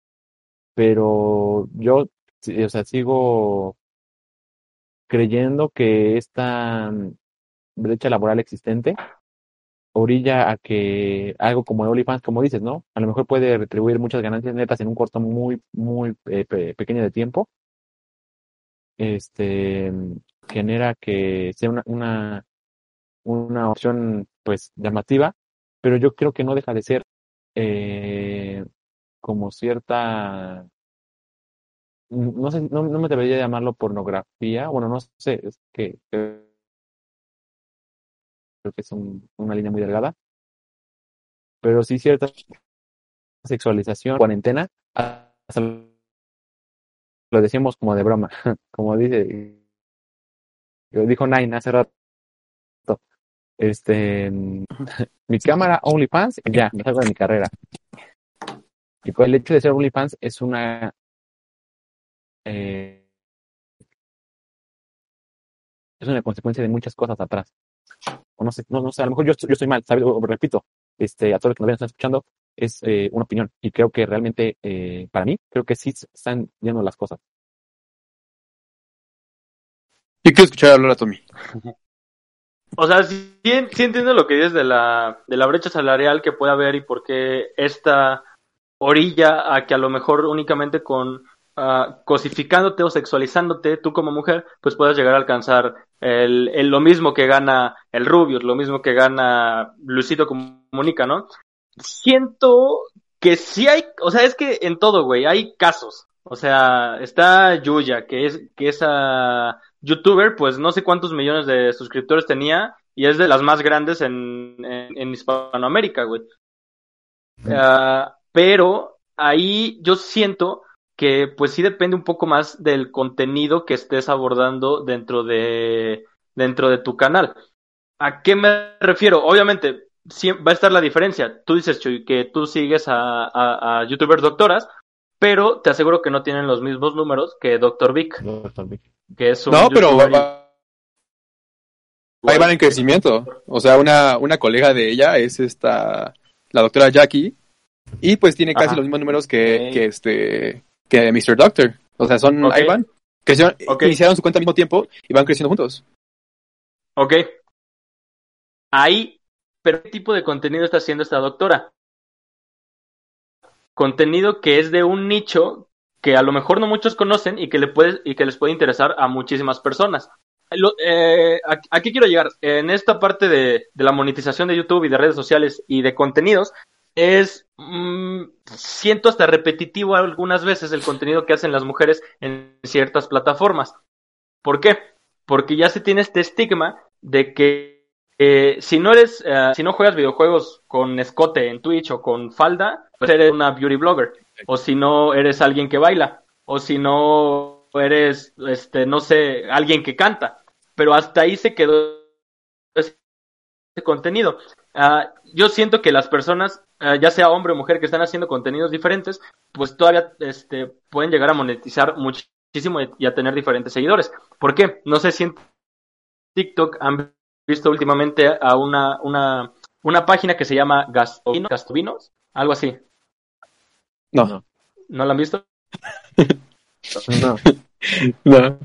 Speaker 4: Pero yo, sí, o sea, sigo creyendo que esta mm, brecha laboral existente orilla a que algo como el OnlyFans, como dices, ¿no? A lo mejor puede retribuir muchas ganancias netas en un corto muy, muy eh, pe- pequeño de tiempo. Este genera que sea una, una, una opción, pues, llamativa, pero yo creo que no deja de ser eh, como cierta, no sé, no, no me debería llamarlo pornografía, bueno, no sé, es que creo que es un- una línea muy delgada, pero sí cierta sexualización, cuarentena, hasta lo decíamos como de broma, como dice, dijo Nine hace rato, este, mi cámara OnlyFans, y ya, me salgo de mi carrera. Y pues el hecho de ser OnlyFans es una, eh, es una consecuencia de muchas cosas atrás. O no sé, no, no sé, a lo mejor yo, estoy- yo estoy mal, ¿sabes? O- o repito, este, a todos los que nos están escuchando, es eh, una opinión. Y creo que realmente, eh, para mí, creo que sí se están yendo las cosas.
Speaker 2: Yo quiero escuchar hablar a Tommy.
Speaker 3: O sea, sí, sí entiendo lo que dices de la, de la brecha salarial que puede haber y por qué esta orilla a que a lo mejor únicamente con uh, cosificándote o sexualizándote tú como mujer, pues puedas llegar a alcanzar el, el lo mismo que gana el Rubius, lo mismo que gana Luisito Comunica, ¿no? Siento que sí hay, o sea, es que en todo, güey, hay casos. O sea, está Yuya, que es que esa youtuber, pues no sé cuántos millones de suscriptores tenía y es de las más grandes en, en, en Hispanoamérica, güey. Uh, pero ahí yo siento que pues sí depende un poco más del contenido que estés abordando dentro de dentro de tu canal. ¿A qué me refiero? Obviamente sí, va a estar la diferencia. Tú dices, Chuy, que tú sigues a, a, a youtubers doctoras, pero te aseguro que no tienen los mismos números que doctor Vic,
Speaker 4: Doctor Vic.
Speaker 3: que es un
Speaker 2: No, pero
Speaker 3: youtuber
Speaker 2: va, ahí van en crecimiento. O sea, una, una colega de ella es esta, la doctora Jackie, y pues tiene casi
Speaker 3: Ajá.
Speaker 2: los mismos números que,
Speaker 5: Ok.
Speaker 2: que este, que mister Doctor. O sea, son,
Speaker 3: Ok.
Speaker 2: ahí van. Crecieron,
Speaker 3: Ok.
Speaker 2: iniciaron su cuenta al mismo tiempo y van creciendo juntos.
Speaker 3: Ok. Ahí, pero ¿qué tipo de contenido está haciendo esta doctora? Contenido que es de un nicho que a lo mejor no muchos conocen y que le puede y que les puede interesar a muchísimas personas. Lo, eh, ¿a, a qué quiero llegar? En esta parte de, de la monetización de YouTube y de redes sociales y de contenidos es mmm, siento hasta repetitivo algunas veces el contenido que hacen las mujeres en ciertas plataformas. ¿Por qué? Porque ya se tiene este estigma de que eh, si no eres, uh, si no juegas videojuegos con escote en Twitch o con falda, pues eres una beauty blogger. O si no eres alguien que baila. O si no eres, este, no sé, alguien que canta. Pero hasta ahí se quedó ese contenido. Uh, yo siento que las personas, uh, ya sea hombre o mujer, que están haciendo contenidos diferentes, pues todavía este, pueden llegar a monetizar muchísimo y a tener diferentes seguidores. ¿Por qué? No sé si en TikTok han visto últimamente a una, una, una página que se llama Gastovino, Gastovinos, algo así.
Speaker 2: No,
Speaker 4: No.
Speaker 3: ¿No la han visto?
Speaker 4: No.
Speaker 2: no.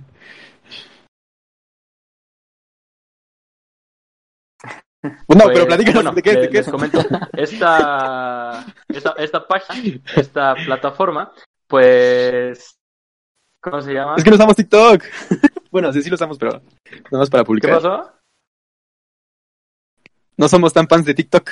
Speaker 2: Bueno,
Speaker 3: Pues,
Speaker 2: pero platícanos
Speaker 3: bueno,
Speaker 2: de qué,
Speaker 3: les,
Speaker 2: de qué
Speaker 3: les comento. Esta, esta, esta página, esta plataforma, pues, ¿cómo se llama?
Speaker 2: Es que no usamos TikTok. Bueno, sí, sí lo usamos, pero nada más para
Speaker 3: ¿Qué
Speaker 2: publicar.
Speaker 3: pasó?
Speaker 2: No somos tan fans de TikTok.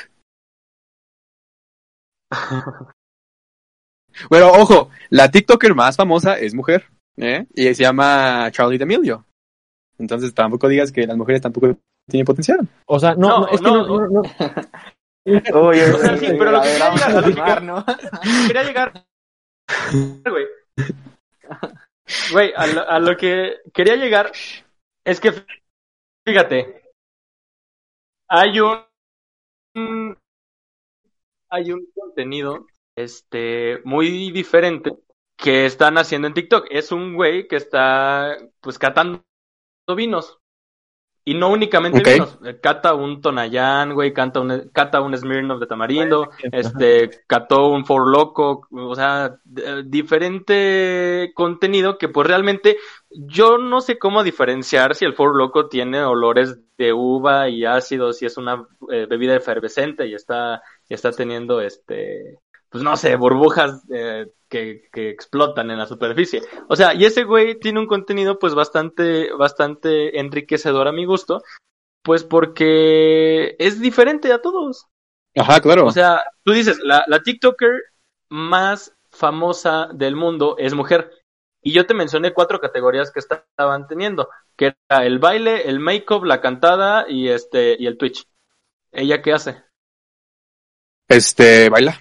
Speaker 2: Bueno, ojo, la TikToker más famosa es mujer, ¿eh? Y se llama Charlie D'Amelio. Entonces tampoco digas que las mujeres tampoco tienen potencial.
Speaker 4: O sea, no,
Speaker 3: No,
Speaker 4: no, es que
Speaker 3: no,
Speaker 4: no, no, no.
Speaker 5: Oye,
Speaker 3: O sea, sí, pero lo que quería llegar, a lo que quería,
Speaker 5: ¿no?
Speaker 3: quería llegar, güey, güey, a lo, a lo que quería llegar es que, fíjate, hay un, hay un contenido, este, muy diferente que están haciendo en TikTok. Es un güey que está, pues, catando vinos. Y no únicamente
Speaker 2: Ok.
Speaker 3: vinos, eh, cata un Tonayán, güey, canta un, cata un Smirnoff de tamarindo, este, cató un Four Loko, o sea, d- diferente contenido que pues realmente yo no sé cómo diferenciar si el Four Loko tiene olores de uva y ácido, si es una eh, bebida efervescente y está, y está teniendo este, pues no sé, burbujas eh, que, que explotan en la superficie. O sea, y ese güey tiene un contenido pues bastante, bastante enriquecedor a mi gusto, pues porque es diferente a todos.
Speaker 2: Ajá, claro.
Speaker 3: O sea, tú dices, la, la TikToker más famosa del mundo es mujer. Y yo te mencioné cuatro categorías que estaban teniendo, que era el baile, el make-up, la cantada y este, y el Twitch. ¿Ella qué hace?
Speaker 2: Este, baila.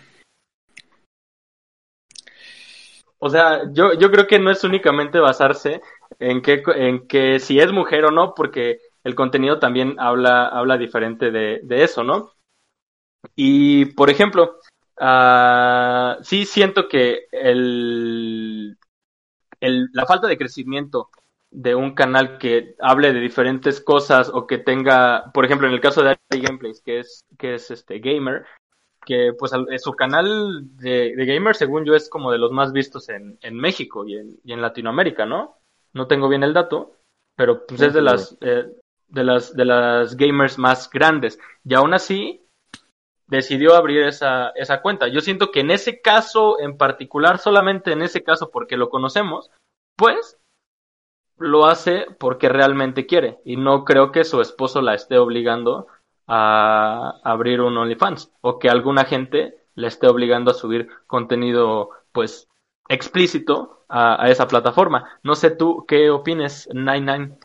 Speaker 3: O sea, yo, yo creo que no es únicamente basarse en que, en que si es mujer o no, porque el contenido también habla, habla diferente de, de eso, ¿no? Y, por ejemplo, uh, sí siento que el, el, la falta de crecimiento de un canal que hable de diferentes cosas o que tenga, por ejemplo, en el caso de Ari Gameplays, que es, que es este gamer, que pues al- su canal de, de gamer, según yo, es como de los más vistos en, en México y en, y en Latinoamérica, ¿no? No tengo bien el dato, pero pues es de las, eh, de las, de las gamers más grandes. Y aún así, decidió abrir esa, esa cuenta. Yo siento que en ese caso en particular, solamente en ese caso porque lo conocemos, pues lo hace porque realmente quiere. Y no creo que su esposo la esté obligando a abrir un OnlyFans o que alguna gente le esté obligando a subir contenido pues explícito a, a esa plataforma. No sé tú qué opines, Nine Nine.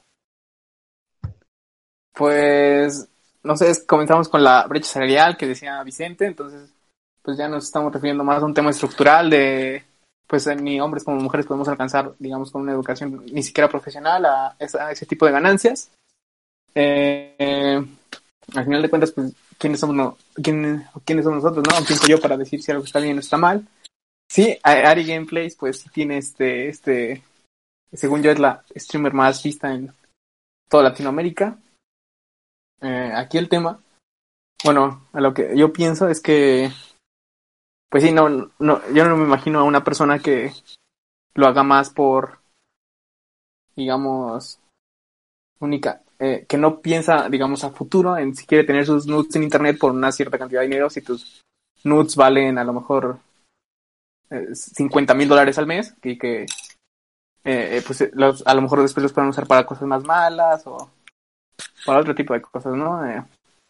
Speaker 5: Pues, no sé, comenzamos con la brecha salarial que decía Vicente, entonces, pues ya nos estamos refiriendo más a un tema estructural de, pues ni hombres como mujeres podemos alcanzar, digamos, con una educación ni siquiera profesional a, esa, a ese tipo de ganancias. Eh, eh, al final de cuentas, pues, ¿quiénes somos, no, quién, quiénes somos nosotros, no? ¿Quién soy yo para decir si algo está bien o está mal? Sí, Ari Gameplays, pues, sí tiene este, este, según yo es la streamer más vista en toda Latinoamérica. Eh, aquí el tema, bueno, a lo que yo pienso es que, pues sí, no, no, yo no me imagino a una persona que lo haga más por, digamos, única, eh, que no piensa, digamos, a futuro en si quiere tener sus nudes en internet por una cierta cantidad de dinero, si tus nudes valen a lo mejor eh, cincuenta mil dólares al mes, y que, eh, pues los, a lo mejor después los pueden usar para cosas más malas o para otro tipo de cosas, ¿no? Eh,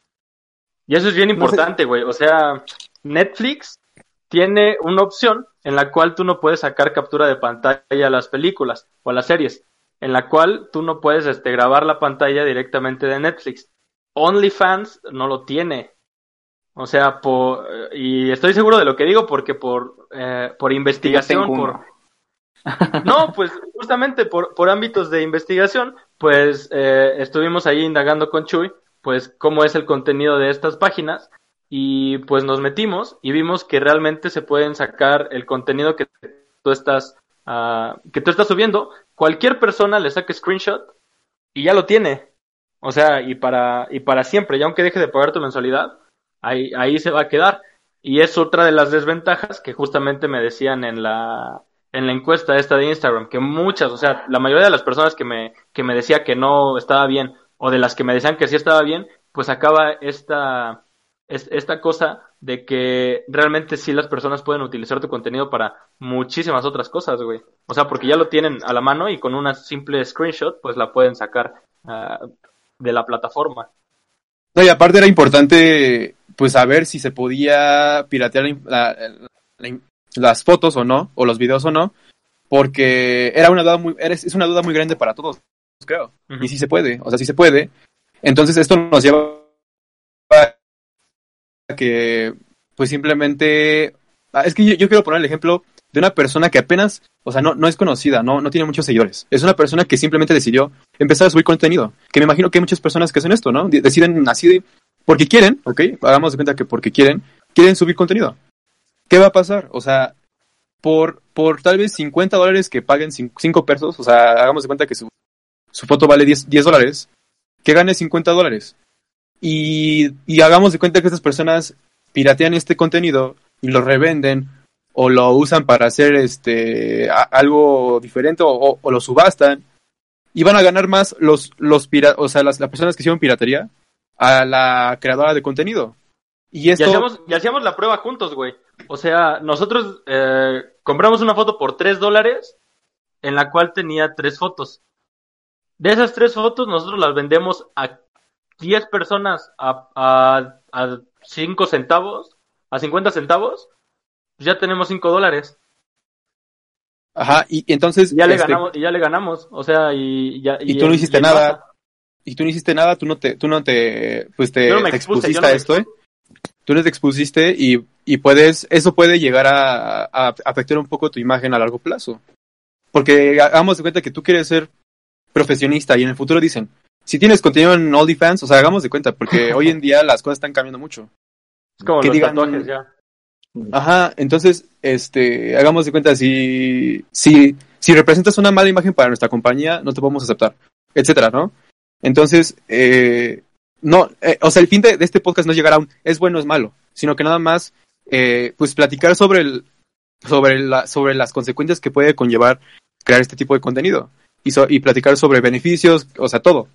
Speaker 3: y eso es bien importante, güey. O sea, Netflix tiene una opción en la cual tú no puedes sacar captura de pantalla a las películas o a las series, en la cual tú no puedes este, grabar la pantalla directamente de Netflix. OnlyFans no lo tiene. O sea, por, y estoy seguro de lo que digo porque por, eh, por investigación, por... No, pues justamente por, por ámbitos de investigación, pues eh, estuvimos ahí indagando con Chuy, pues cómo es el contenido de estas páginas y pues nos metimos y vimos que realmente se pueden sacar el contenido que tú estás uh, que tú estás subiendo, cualquier persona le saque screenshot y ya lo tiene, o sea, y para y para siempre, y aunque deje de pagar tu mensualidad, ahí ahí se va a quedar y es otra de las desventajas que justamente me decían en la en la encuesta esta de Instagram, que muchas, o sea, la mayoría de las personas que me, que me decía que no estaba bien, o de las que me decían que sí estaba bien, pues acaba esta, esta cosa de que realmente sí las personas pueden utilizar tu contenido para muchísimas otras cosas, güey. O sea, porque ya lo tienen a la mano y con una simple screenshot, pues la pueden sacar uh, de la plataforma.
Speaker 2: No, y aparte era importante, pues, saber si se podía piratear la, la, la las fotos o no, o los videos o no, porque era una duda muy, es una duda muy grande para todos, creo, uh-huh. Y sí se puede, o sea, sí se puede. Entonces esto nos lleva a que, pues simplemente, es que yo, yo quiero poner el ejemplo de una persona que apenas, o sea, no, no es conocida, no, no tiene muchos seguidores, es una persona que simplemente decidió empezar a subir contenido, que me imagino que hay muchas personas que hacen esto, ¿no? Deciden así de, porque quieren, ¿ok? Hagamos de cuenta que porque quieren, quieren subir contenido. ¿Qué va a pasar? O sea, por, por tal vez cincuenta dólares que paguen cinco pesos, o sea, hagamos de cuenta que su, su foto vale diez dólares, que gane cincuenta dólares. Y, y hagamos de cuenta que estas personas piratean este contenido y lo revenden o lo usan para hacer este a, algo diferente o, o, o lo subastan y van a ganar más los, los pira, o sea, las, las personas que hicieron piratería a la creadora de contenido. Y esto...
Speaker 3: Y hacíamos, y hacíamos la prueba juntos, güey. O sea, nosotros eh, compramos una foto por tres dólares en la cual tenía tres fotos. De esas tres fotos nosotros las vendemos a diez personas a, a, a cinco centavos, a cincuenta centavos, pues ya tenemos cinco dólares.
Speaker 2: Ajá, y, y entonces...
Speaker 3: Y ya,
Speaker 2: este...
Speaker 3: le ganamos, y ya le ganamos, o sea, y... Ya,
Speaker 2: y, y tú no hiciste y nada, pasa. y tú no hiciste nada, tú no te, tú no te, pues te, no te expuse, expusiste no a esto, ¿eh? Tú no te expusiste y, y puedes, eso puede llegar a, a afectar un poco tu imagen a largo plazo. Porque hagamos de cuenta que tú quieres ser profesionista y en el futuro dicen, si tienes contenido en OnlyFans, o sea, hagamos de cuenta, porque hoy en día las cosas están cambiando mucho.
Speaker 3: Es como
Speaker 2: que
Speaker 3: los
Speaker 2: digan,
Speaker 3: tatuajes ya.
Speaker 2: Ajá, entonces, este, hagamos de cuenta, si, si, si representas una mala imagen para nuestra compañía, no te podemos aceptar, etcétera, ¿no? Entonces, eh, no, eh, o sea, el fin de, de este podcast no es llegar a un es bueno o es malo, sino que nada más, eh, pues platicar sobre el, sobre la, sobre las consecuencias que puede conllevar crear este tipo de contenido y, so, y platicar sobre beneficios, o sea, todo.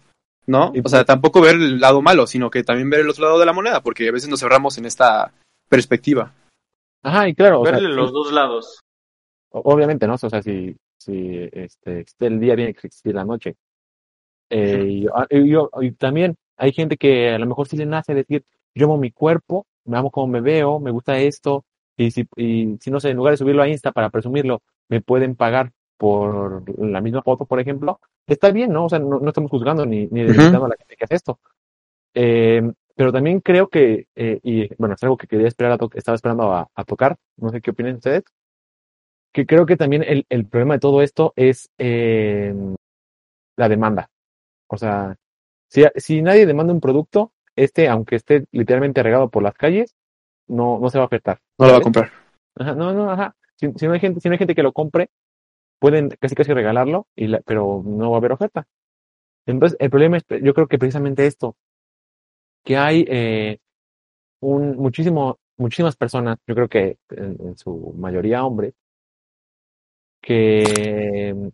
Speaker 2: ¿no?
Speaker 4: Y-
Speaker 2: O sea, tampoco ver el lado malo, sino que también ver el otro lado de la moneda, porque a veces nos cerramos en esta perspectiva.
Speaker 4: Ajá, y claro, o sea,
Speaker 3: Verle
Speaker 4: sí,
Speaker 3: los dos lados.
Speaker 4: o- obviamente, ¿no? O sea, si, si este, existe el día, tiene que existir la noche. Eh, y, ah, y yo, y también hay gente que a lo mejor sí le nace decir, yo amo mi cuerpo, me amo como me veo, me gusta esto, y si, y si no sé, en lugar de subirlo a Insta para presumirlo, me pueden pagar por la misma foto, por ejemplo, está bien, ¿no? O sea, no, no estamos juzgando ni, ni delimitando a la gente que hace esto. Eh, pero también creo que, eh, y bueno, es algo que quería esperar a to- estaba esperando a, a tocar, no sé qué opinan ustedes, que creo que también el, el problema de todo esto es eh, la demanda. O sea, si, si nadie demanda un producto, este, aunque esté literalmente regado por las calles, no, no se va a afectar,
Speaker 2: No lo va a
Speaker 4: ¿sabes?
Speaker 2: comprar.
Speaker 4: Ajá, no, no, ajá. Si, si no hay gente, si no hay gente que lo compre, pueden casi casi regalarlo, y la- pero no va a haber oferta. Entonces, el problema es, yo creo que precisamente esto, que hay eh, un muchísimo, muchísimas personas, yo creo que en, en su mayoría hombres, que,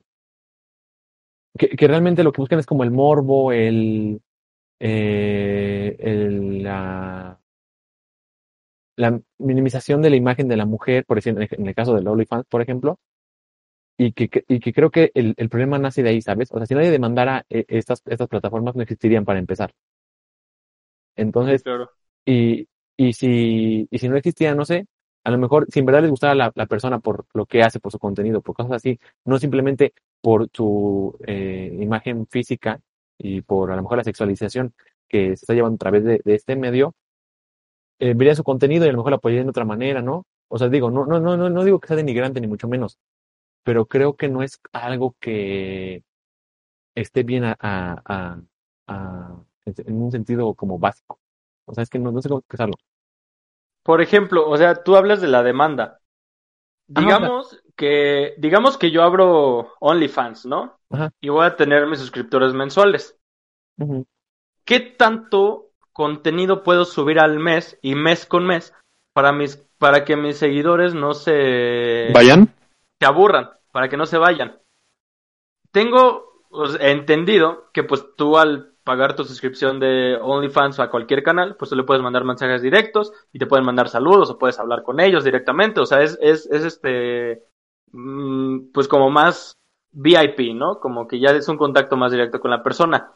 Speaker 4: que, que realmente lo que buscan es como el morbo, el, eh, el, la, la minimización de la imagen de la mujer, por ejemplo, en el caso del OnlyFans, por ejemplo, y que, que- y que creo que el, el problema nace de ahí, ¿sabes? O sea, si nadie demandara eh, estas, estas plataformas, no existirían para empezar.
Speaker 3: Sí,
Speaker 4: Entonces,
Speaker 3: claro.
Speaker 4: y, y si, y si no existía, no sé, a lo mejor si en verdad les gustara la, la persona por lo que hace, por su contenido, por cosas así, no simplemente por su eh, imagen física y por a lo mejor la sexualización que se está llevando a través de, de este medio, eh, vería su contenido y a lo mejor la apoyaría de otra manera, ¿no? O sea, digo, no, no, no, no, no digo que sea denigrante ni mucho menos, pero creo que no es algo que esté bien a, a, a, a- en un sentido como básico. O sea, es que no, no sé cómo expresarlo.
Speaker 3: Por ejemplo, o sea, tú hablas de la demanda.
Speaker 4: Ajá, o sea,
Speaker 3: Digamos que, digamos que yo abro OnlyFans, ¿no?
Speaker 4: ajá,
Speaker 3: Y voy a tener mis suscriptores mensuales.
Speaker 4: ujú,
Speaker 3: ¿Qué tanto contenido puedo subir al mes y mes con mes para mis, para que mis seguidores no se,
Speaker 2: ¿Vayan?
Speaker 3: se aburran, para que no se vayan? Tengo pues, entendido que pues tú al pagar tu suscripción de OnlyFans a cualquier canal, pues tú le puedes mandar mensajes directos y te pueden mandar saludos o puedes hablar con ellos directamente. O sea, es, es, es este, mm, pues como más V I P, ¿no? Como que ya es un contacto más directo con la persona.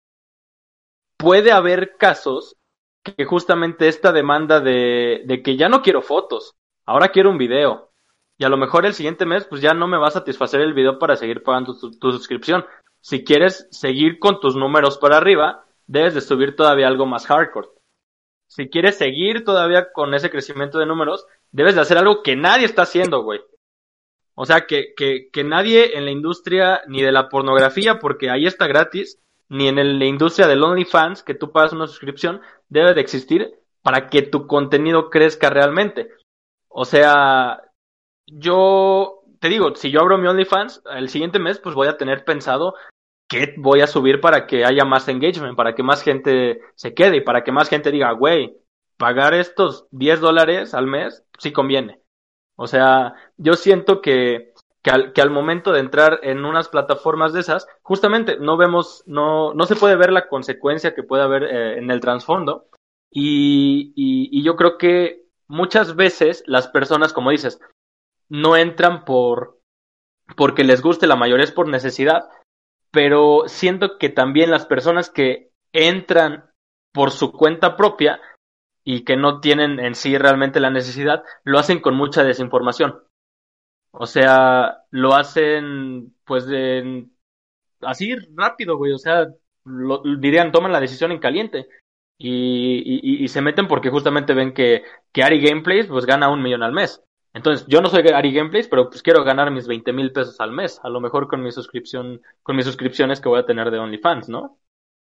Speaker 3: Puede haber casos que justamente esta demanda de, de que ya no quiero fotos, ahora quiero un video. Y a lo mejor el siguiente mes, pues ya no me va a satisfacer el video para seguir pagando tu, tu suscripción. Si quieres seguir con tus números para arriba, debes de subir todavía algo más hardcore. Si quieres seguir todavía con ese crecimiento de números, debes de hacer algo que nadie está haciendo, güey. O sea, que, que, que nadie en la industria ni de la pornografía, porque ahí está gratis, ni en el- la industria del OnlyFans, que tú pagas una suscripción, debe de existir para que tu contenido crezca realmente. O sea, yo te digo, si yo abro mi OnlyFans, el siguiente mes pues voy a tener pensado qué voy a subir para que haya más engagement, para que más gente se quede y para que más gente diga, güey, pagar estos diez dólares al mes sí conviene. O sea, yo siento que, que, al, que al momento de entrar en unas plataformas de esas, justamente no vemos, no, no se puede ver la consecuencia que puede haber eh, en el trasfondo. Y, y, y yo creo que muchas veces las personas, como dices, no entran por porque les guste, la mayoría es por necesidad, pero siento que también las personas que entran por su cuenta propia y que no tienen en sí realmente la necesidad, lo hacen con mucha desinformación. O sea, lo hacen pues de, así rápido, güey. O sea, lo, dirían, toman la decisión en caliente. Y, y, y se meten porque justamente ven que, que Ari Gameplays pues gana un millón al mes. Entonces, yo no soy Ari Gameplays, pero pues quiero ganar mis veinte mil pesos al mes. A lo mejor con mi suscripción, con mis suscripciones que voy a tener de OnlyFans, ¿no?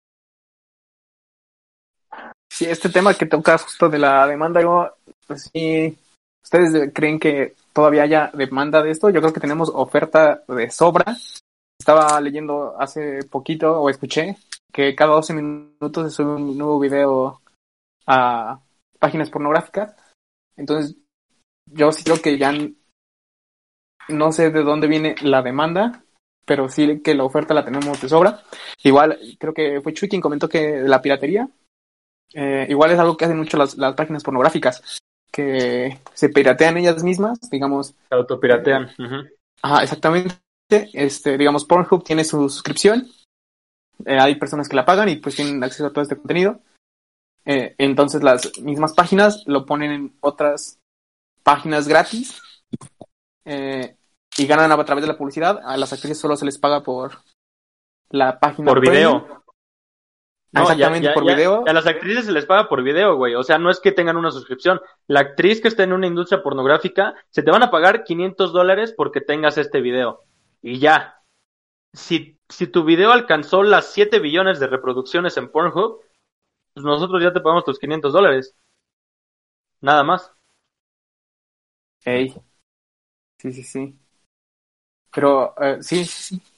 Speaker 5: Sí, este tema que tocas justo de la demanda, yo, pues sí, ¿ustedes creen que todavía haya demanda de esto? Yo creo que tenemos oferta de sobra. Estaba leyendo hace poquito, o escuché, que cada doce minutos se sube un nuevo video a páginas pornográficas. Entonces, yo sí creo que ya n- no sé de dónde viene la demanda, pero sí que la oferta la tenemos de sobra. Igual, creo que fue Chuy quien comentó que la piratería, eh, igual es algo que hacen mucho las, las páginas pornográficas, que se piratean ellas mismas, digamos.
Speaker 3: Se autopiratean. Uh-huh.
Speaker 5: Ajá, exactamente. Este, digamos, Pornhub tiene su suscripción, eh, hay personas que la pagan y pues tienen acceso a todo este contenido. Eh, entonces las mismas páginas lo ponen en otras páginas gratis, eh, y ganan a través de la publicidad. A las actrices solo se les paga por la página
Speaker 3: por
Speaker 5: premium.
Speaker 3: video.
Speaker 5: Ah,
Speaker 3: No,
Speaker 5: exactamente,
Speaker 3: ya, ya,
Speaker 5: por
Speaker 3: ya,
Speaker 5: video.
Speaker 3: A las actrices se les paga por video, güey. O sea, no es que tengan una suscripción. La actriz que está en una industria pornográfica, se te van a pagar quinientos dólares porque tengas este video. Y ya. Si, si tu video alcanzó las siete billones de reproducciones en Pornhub, pues nosotros ya te pagamos tus quinientos dólares. Nada más.
Speaker 5: Ey. Sí, sí, sí. Pero, uh, sí, sí, sí.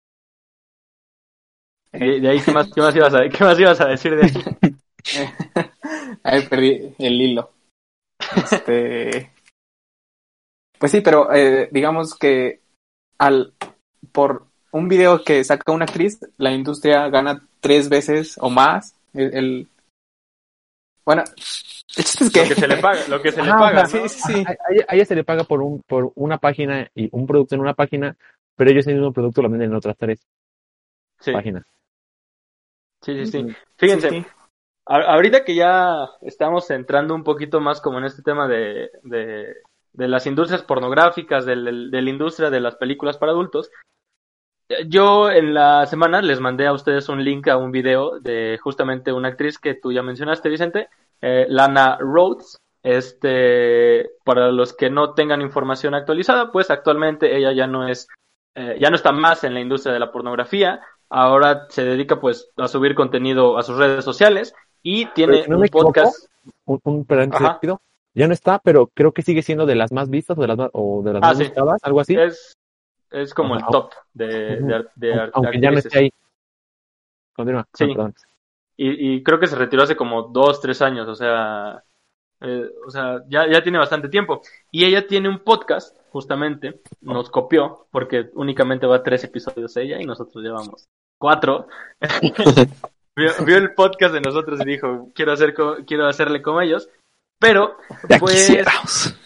Speaker 3: De, de ahí, ¿qué más, qué, más ibas a, ¿qué más ibas a decir de ahí?
Speaker 5: Ahí perdí el hilo. Este... Pues sí, pero eh, digamos que al por un video que saca una actriz, la industria gana tres veces o más. El, el... Bueno, el chiste es que...
Speaker 3: Lo que se le paga, lo que se
Speaker 4: Ajá,
Speaker 3: le paga,
Speaker 4: o sea,
Speaker 3: ¿no?
Speaker 5: Sí, sí, sí.
Speaker 4: A, a ella, a ella se le paga por un por una página y un producto en una página, pero ellos el mismo producto lo venden en otras tres
Speaker 3: Sí,
Speaker 4: páginas.
Speaker 3: sí, sí, sí.
Speaker 5: Sí,
Speaker 3: Fíjense,
Speaker 5: sí.
Speaker 3: a- ahorita que ya estamos entrando un poquito más como en este tema de, de, de las industrias pornográficas, del- del- de la industria de las películas para adultos, eh, yo en la semana les mandé a ustedes un link a un video de justamente una actriz que tú ya mencionaste, Vicente, eh, Lana Rhodes. Este, para los que no tengan información actualizada, pues actualmente ella ya no es, eh, ya no está más en la industria de la pornografía. Ahora se dedica pues a subir contenido a sus redes sociales y
Speaker 4: Pero
Speaker 3: tiene
Speaker 4: si no
Speaker 3: un
Speaker 4: me equivoco,
Speaker 3: podcast.
Speaker 4: un, un paréntesis
Speaker 3: Ajá.
Speaker 4: rápido, ya no está, pero creo que sigue siendo de las más vistas o de las más, o de las
Speaker 3: Ah,
Speaker 4: más
Speaker 3: sí.
Speaker 4: buscadas, algo así.
Speaker 3: Es, es como
Speaker 4: Ajá.
Speaker 3: el top de,
Speaker 4: Ujú.
Speaker 3: de, ar- de
Speaker 4: Aun-
Speaker 3: ar-
Speaker 4: Aunque ya no
Speaker 3: actrices.
Speaker 4: esté ahí. Continúa.
Speaker 3: Sí.
Speaker 4: Ah, perdón.
Speaker 3: Y, y creo que se retiró hace como dos, tres años, o sea, eh, o sea, ya, ya tiene bastante tiempo. Y ella tiene un podcast, justamente, nos copió, porque únicamente va tres episodios ella y nosotros llevamos cuatro. vio, vio el podcast de nosotros y dijo, quiero hacer co- quiero hacerle como ellos, pero
Speaker 2: Ya
Speaker 3: pues
Speaker 2: quisiéramos.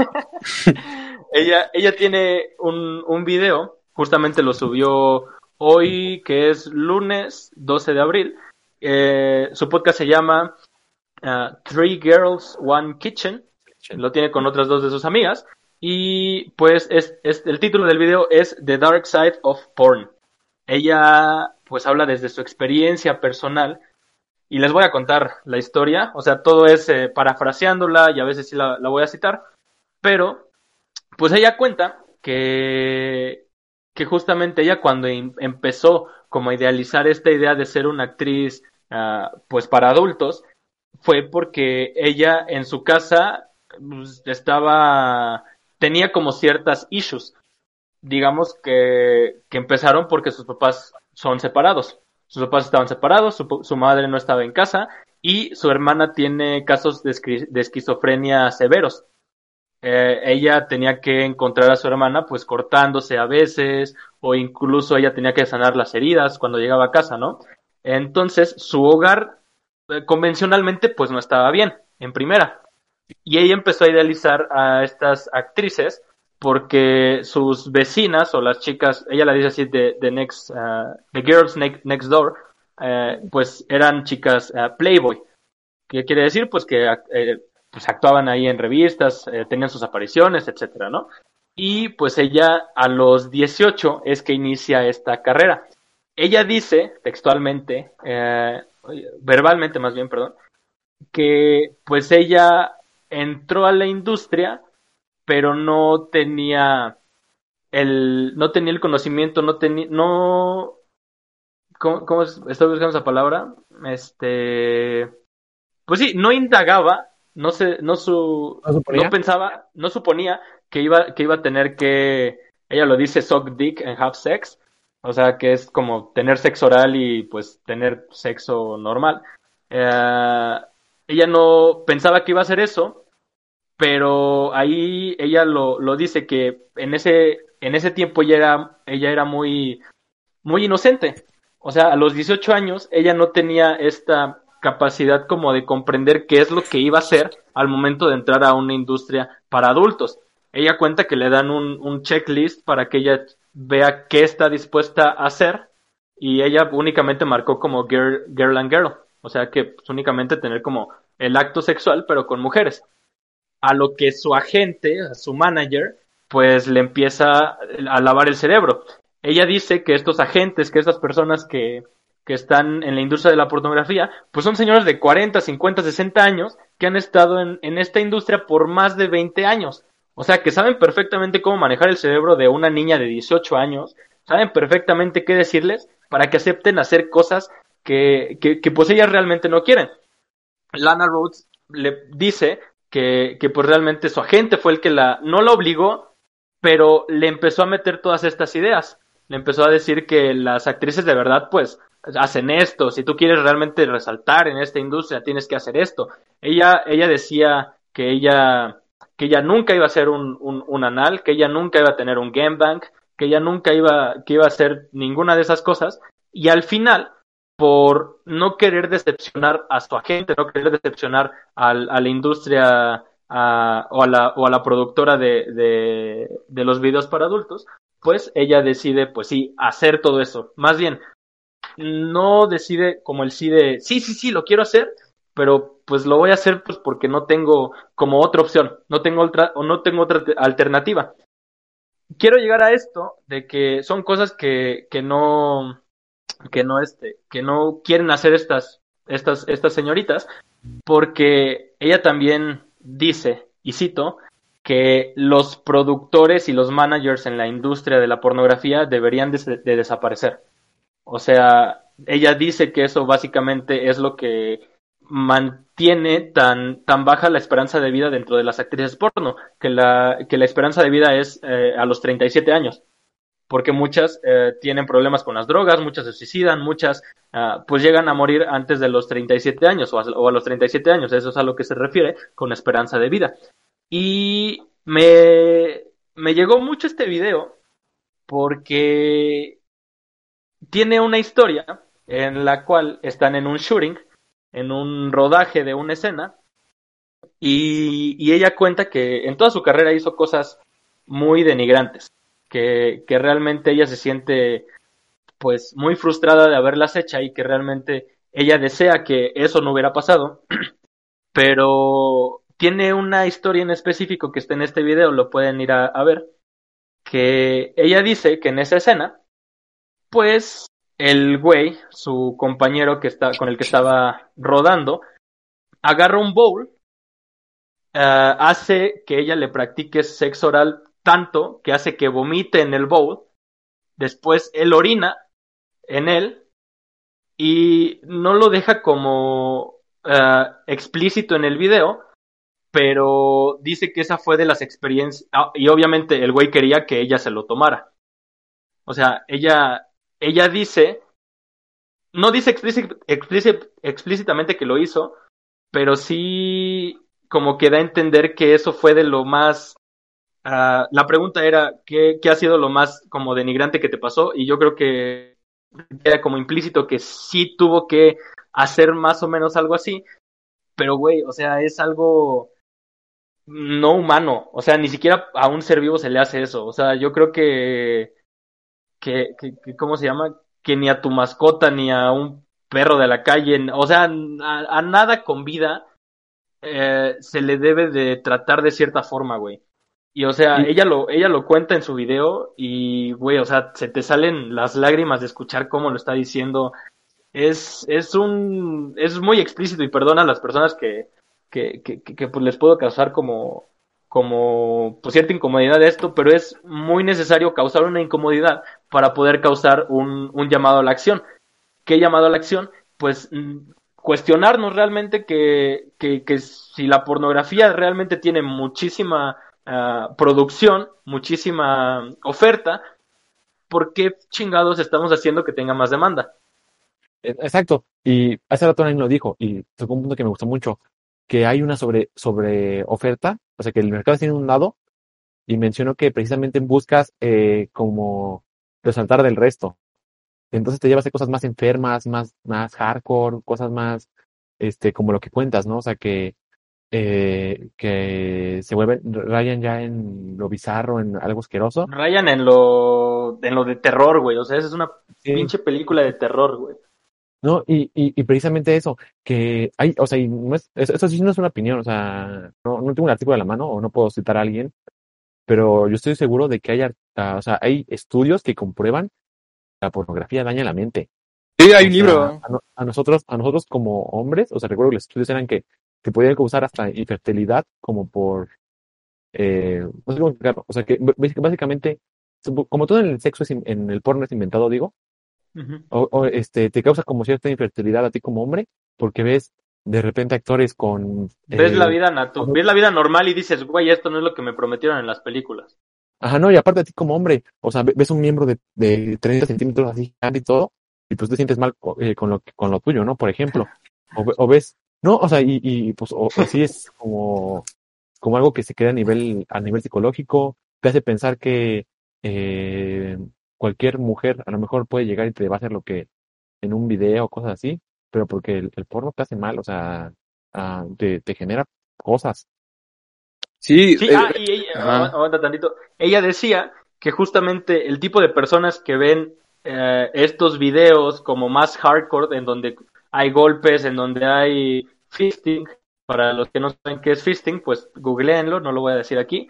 Speaker 3: ella, ella tiene un, un video, justamente lo subió hoy, que es lunes doce de abril. Eh, su podcast se llama uh, Three Girls, One Kitchen. Lo tiene con otras dos de sus amigas. Y pues es, es, el título del video es The Dark Side of Porn. Ella pues habla desde su experiencia personal. Y les voy a contar la historia. O sea, todo es eh, parafraseándola y a veces sí la, la voy a citar. Pero pues ella cuenta que, que justamente ella cuando em- empezó como a idealizar esta idea de ser una actriz uh, pues para adultos, fue porque ella en su casa pues, estaba, tenía como ciertas issues. Digamos que, que empezaron porque sus papás son separados. Sus papás estaban separados, su, su madre no estaba en casa y su hermana tiene casos de, esqui- de esquizofrenia severos. Eh, ella tenía que encontrar a su hermana pues cortándose a veces o incluso ella tenía que sanar las heridas cuando llegaba a casa, ¿no? Entonces su hogar eh, convencionalmente pues no estaba bien, en primera. Y ella empezó a idealizar a estas actrices porque sus vecinas o las chicas, ella la dice así, de the next, uh, the girls next, next door, eh, pues eran chicas uh, Playboy. ¿Qué quiere decir? Pues que eh, pues actuaban ahí en revistas, eh, tenían sus apariciones, etcétera, ¿no? Y pues ella a los dieciocho es que inicia esta carrera. Ella dice textualmente, eh, verbalmente más bien, perdón, que pues ella entró a la industria, pero no tenía el, no tenía el conocimiento, no tenía, no, ¿cómo, cómo es? Estoy buscando esa palabra, este, pues sí, no indagaba, no se, no su,
Speaker 4: ¿No suponía?
Speaker 3: no pensaba, no suponía que iba, que iba a tener que, ella lo dice, suck dick and have sex, o sea que es como tener sexo oral y pues tener sexo normal. Eh, ella no pensaba que iba a hacer eso, pero ahí ella lo, lo dice que en ese, en ese tiempo ella era, ella era muy, muy inocente. O sea, a los dieciocho años ella no tenía esta capacidad como de comprender qué es lo que iba a hacer al momento de entrar a una industria para adultos. Ella cuenta que le dan un, un checklist para que ella vea qué está dispuesta a hacer y ella únicamente marcó como girl, girl and girl. O sea que pues, únicamente tener como el acto sexual pero con mujeres. A lo que su agente, su manager, pues le empieza a lavar el cerebro. Ella dice que estos agentes, que estas personas que, que están en la industria de la pornografía, pues son señores de cuarenta, cincuenta, sesenta años que han estado en, en esta industria por más de veinte años. O sea, que saben perfectamente cómo manejar el cerebro de una niña de dieciocho años, saben perfectamente qué decirles para que acepten hacer cosas que, que, que pues ellas realmente no quieren. Lana Rhoades le dice que, que pues realmente su agente fue el que la, no la obligó, pero le empezó a meter todas estas ideas. Le empezó a decir que las actrices de verdad pues hacen esto, si tú quieres realmente resaltar en esta industria tienes que hacer esto. Ella, ella decía que ella, que ella nunca iba a hacer un, un, un anal, que ella nunca iba a tener un gangbang, que ella nunca iba, que iba a hacer ninguna de esas cosas, y al final por no querer decepcionar a su agente, no querer decepcionar al, a la industria a, o, a la, o a la productora de, de, de los videos para adultos, pues ella decide, pues sí, hacer todo eso. Más bien, no decide como el sí de, sí, sí, sí, lo quiero hacer, pero pues lo voy a hacer pues porque no tengo como otra opción, no tengo otra, o no tengo otra alternativa. Quiero llegar a esto de que son cosas que, que no que no este, que no quieren hacer estas, estas, estas señoritas, porque ella también dice, y cito, que los productores y los managers en la industria de la pornografía deberían de, de desaparecer. O sea, ella dice que eso básicamente es lo que mantiene tan, tan baja la esperanza de vida dentro de las actrices porno, que la, que la esperanza de vida es eh, a los treinta y siete años. Porque muchas eh, tienen problemas con las drogas, muchas se suicidan, muchas uh, pues llegan a morir antes de los treinta y siete años o a, o a los treinta y siete años, eso es a lo que se refiere con esperanza de vida. Y me, me llegó mucho este video porque tiene una historia en la cual están en un shooting, en un rodaje de una escena, y, y ella cuenta que en toda su carrera hizo cosas muy denigrantes. Que, que realmente ella se siente pues muy frustrada de haberlas hecho y que realmente ella desea que eso no hubiera pasado, pero tiene una historia en específico que está en este video, lo pueden ir a, a ver, que ella dice que en esa escena, pues el güey, su compañero que está, con el que estaba rodando, agarra un bowl, uh, hace que ella le practique sexo oral tanto que hace que vomite en el bowl. Después él orina en él y no lo deja como uh, explícito en el video, pero dice que esa fue de las experiencias, ah, y obviamente el güey quería que ella se lo tomara. O sea, ella, ella dice, no dice explícit, explícit, explícitamente que lo hizo, pero sí como que da a entender que eso fue de lo más... Uh, la pregunta era, ¿qué, ¿qué ha sido lo más como denigrante que te pasó? Y yo creo que era como implícito que sí tuvo que hacer más o menos algo así, pero güey, o sea, es algo no humano, o sea, ni siquiera a un ser vivo se le hace eso, o sea, yo creo que, que, que, que ¿cómo se llama? Que ni a tu mascota, ni a un perro de la calle, o sea, a, a nada con vida eh, se le debe de tratar de cierta forma, güey. Y o sea,
Speaker 4: Y,
Speaker 3: ella lo, ella lo cuenta en su video y, güey, o sea, se te salen las lágrimas de escuchar cómo lo está diciendo. Es, es un, es muy explícito y perdona a las personas que, que, que, que, que, pues les puedo causar como, como, pues cierta incomodidad de esto, pero es muy necesario causar una incomodidad para poder causar un, un llamado a la acción. ¿Qué llamado a la acción? Pues mm, cuestionarnos realmente que, que, que si la pornografía realmente tiene muchísima uh, producción, muchísima oferta, ¿por qué chingados estamos haciendo que tenga más demanda?
Speaker 4: eh, exacto. Y hace rato alguien lo dijo, y tocó un punto que me gustó mucho, que hay una sobre, sobre oferta, o sea que el mercado tiene un lado y mencionó que precisamente buscas eh, como resaltar del resto. Entonces te llevas a cosas más enfermas, más, más hardcore, cosas más, este, como lo que cuentas, ¿no? O sea, que, eh, que se vuelven, rayan ya en lo bizarro, en algo asqueroso.
Speaker 3: Rayan en lo, en lo de terror, güey. O sea, esa es una
Speaker 4: Sí.
Speaker 3: pinche película de terror, güey.
Speaker 4: No, y, y, y precisamente eso, que hay, o sea, y no es, eso, eso sí no es una opinión, o sea, no, no tengo un artículo a la mano o no puedo citar a alguien, pero yo estoy seguro de que hay, ar- ah, o sea, hay estudios que comprueban que la pornografía daña la mente.
Speaker 2: Sí, hay
Speaker 4: O
Speaker 2: un
Speaker 4: sea,
Speaker 2: libro.
Speaker 4: a, no- a nosotros, a nosotros como hombres, o sea, recuerdo que los estudios eran que, que podían causar hasta infertilidad como por, eh, no sé cómo explicarlo, o sea, que b- básicamente, supo- como todo en el sexo es in- en el porno es inventado, digo,
Speaker 3: Ujú.
Speaker 4: o, o, este, te causa como cierta infertilidad a ti como hombre, porque ves de repente actores con,
Speaker 3: Ves la
Speaker 4: eh,
Speaker 3: vida natu
Speaker 4: con-
Speaker 3: ves la vida normal y dices, güey, esto no es lo que me prometieron en las películas.
Speaker 4: ajá, no, y aparte a ti como hombre, o sea, ve- ves un miembro de, de treinta centímetros así grande y todo, y pues te sientes mal co- eh, con lo, con lo tuyo, ¿no? Por ejemplo, o, ve- o ves, no, o sea, y, y pues, o, o sí es como, como algo que se queda a nivel, a nivel psicológico, te hace pensar que eh, cualquier mujer a lo mejor puede llegar y te va a hacer lo que en un video o cosas así, pero porque el, el porno te hace mal, o sea, ah, te, te genera cosas.
Speaker 2: Sí,
Speaker 3: Sí,
Speaker 2: eh,
Speaker 3: ah, y ella, agu-
Speaker 2: ajá.
Speaker 3: aguanta tantito. Ella decía que justamente el tipo de personas que ven eh, estos videos como más hardcore, en donde hay golpes, en donde hay fisting, para los que no saben qué es fisting, pues googleenlo, no lo voy a decir aquí.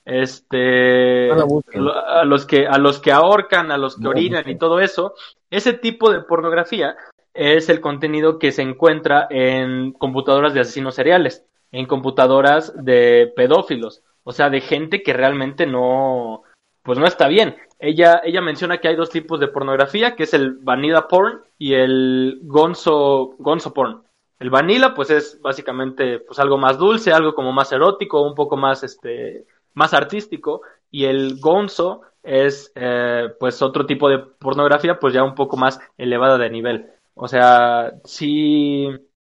Speaker 4: No la
Speaker 3: Este,
Speaker 4: busquen,
Speaker 3: lo- a los que, a los que ahorcan, a los que
Speaker 4: no la
Speaker 3: orinan y
Speaker 4: busquen.
Speaker 3: todo eso, ese tipo de pornografía es el contenido que se encuentra en computadoras de asesinos seriales, en computadoras de pedófilos, o sea, de gente que realmente no, pues no está bien. Ella, ella menciona que hay dos tipos de pornografía, que es el vanilla porn y el gonzo, gonzo porn. El vanilla, pues es básicamente pues algo más dulce, algo como más erótico, un poco más, este, más artístico, y el gonzo es, eh, pues otro tipo de pornografía, pues ya un poco más elevada de nivel. O sea, sí,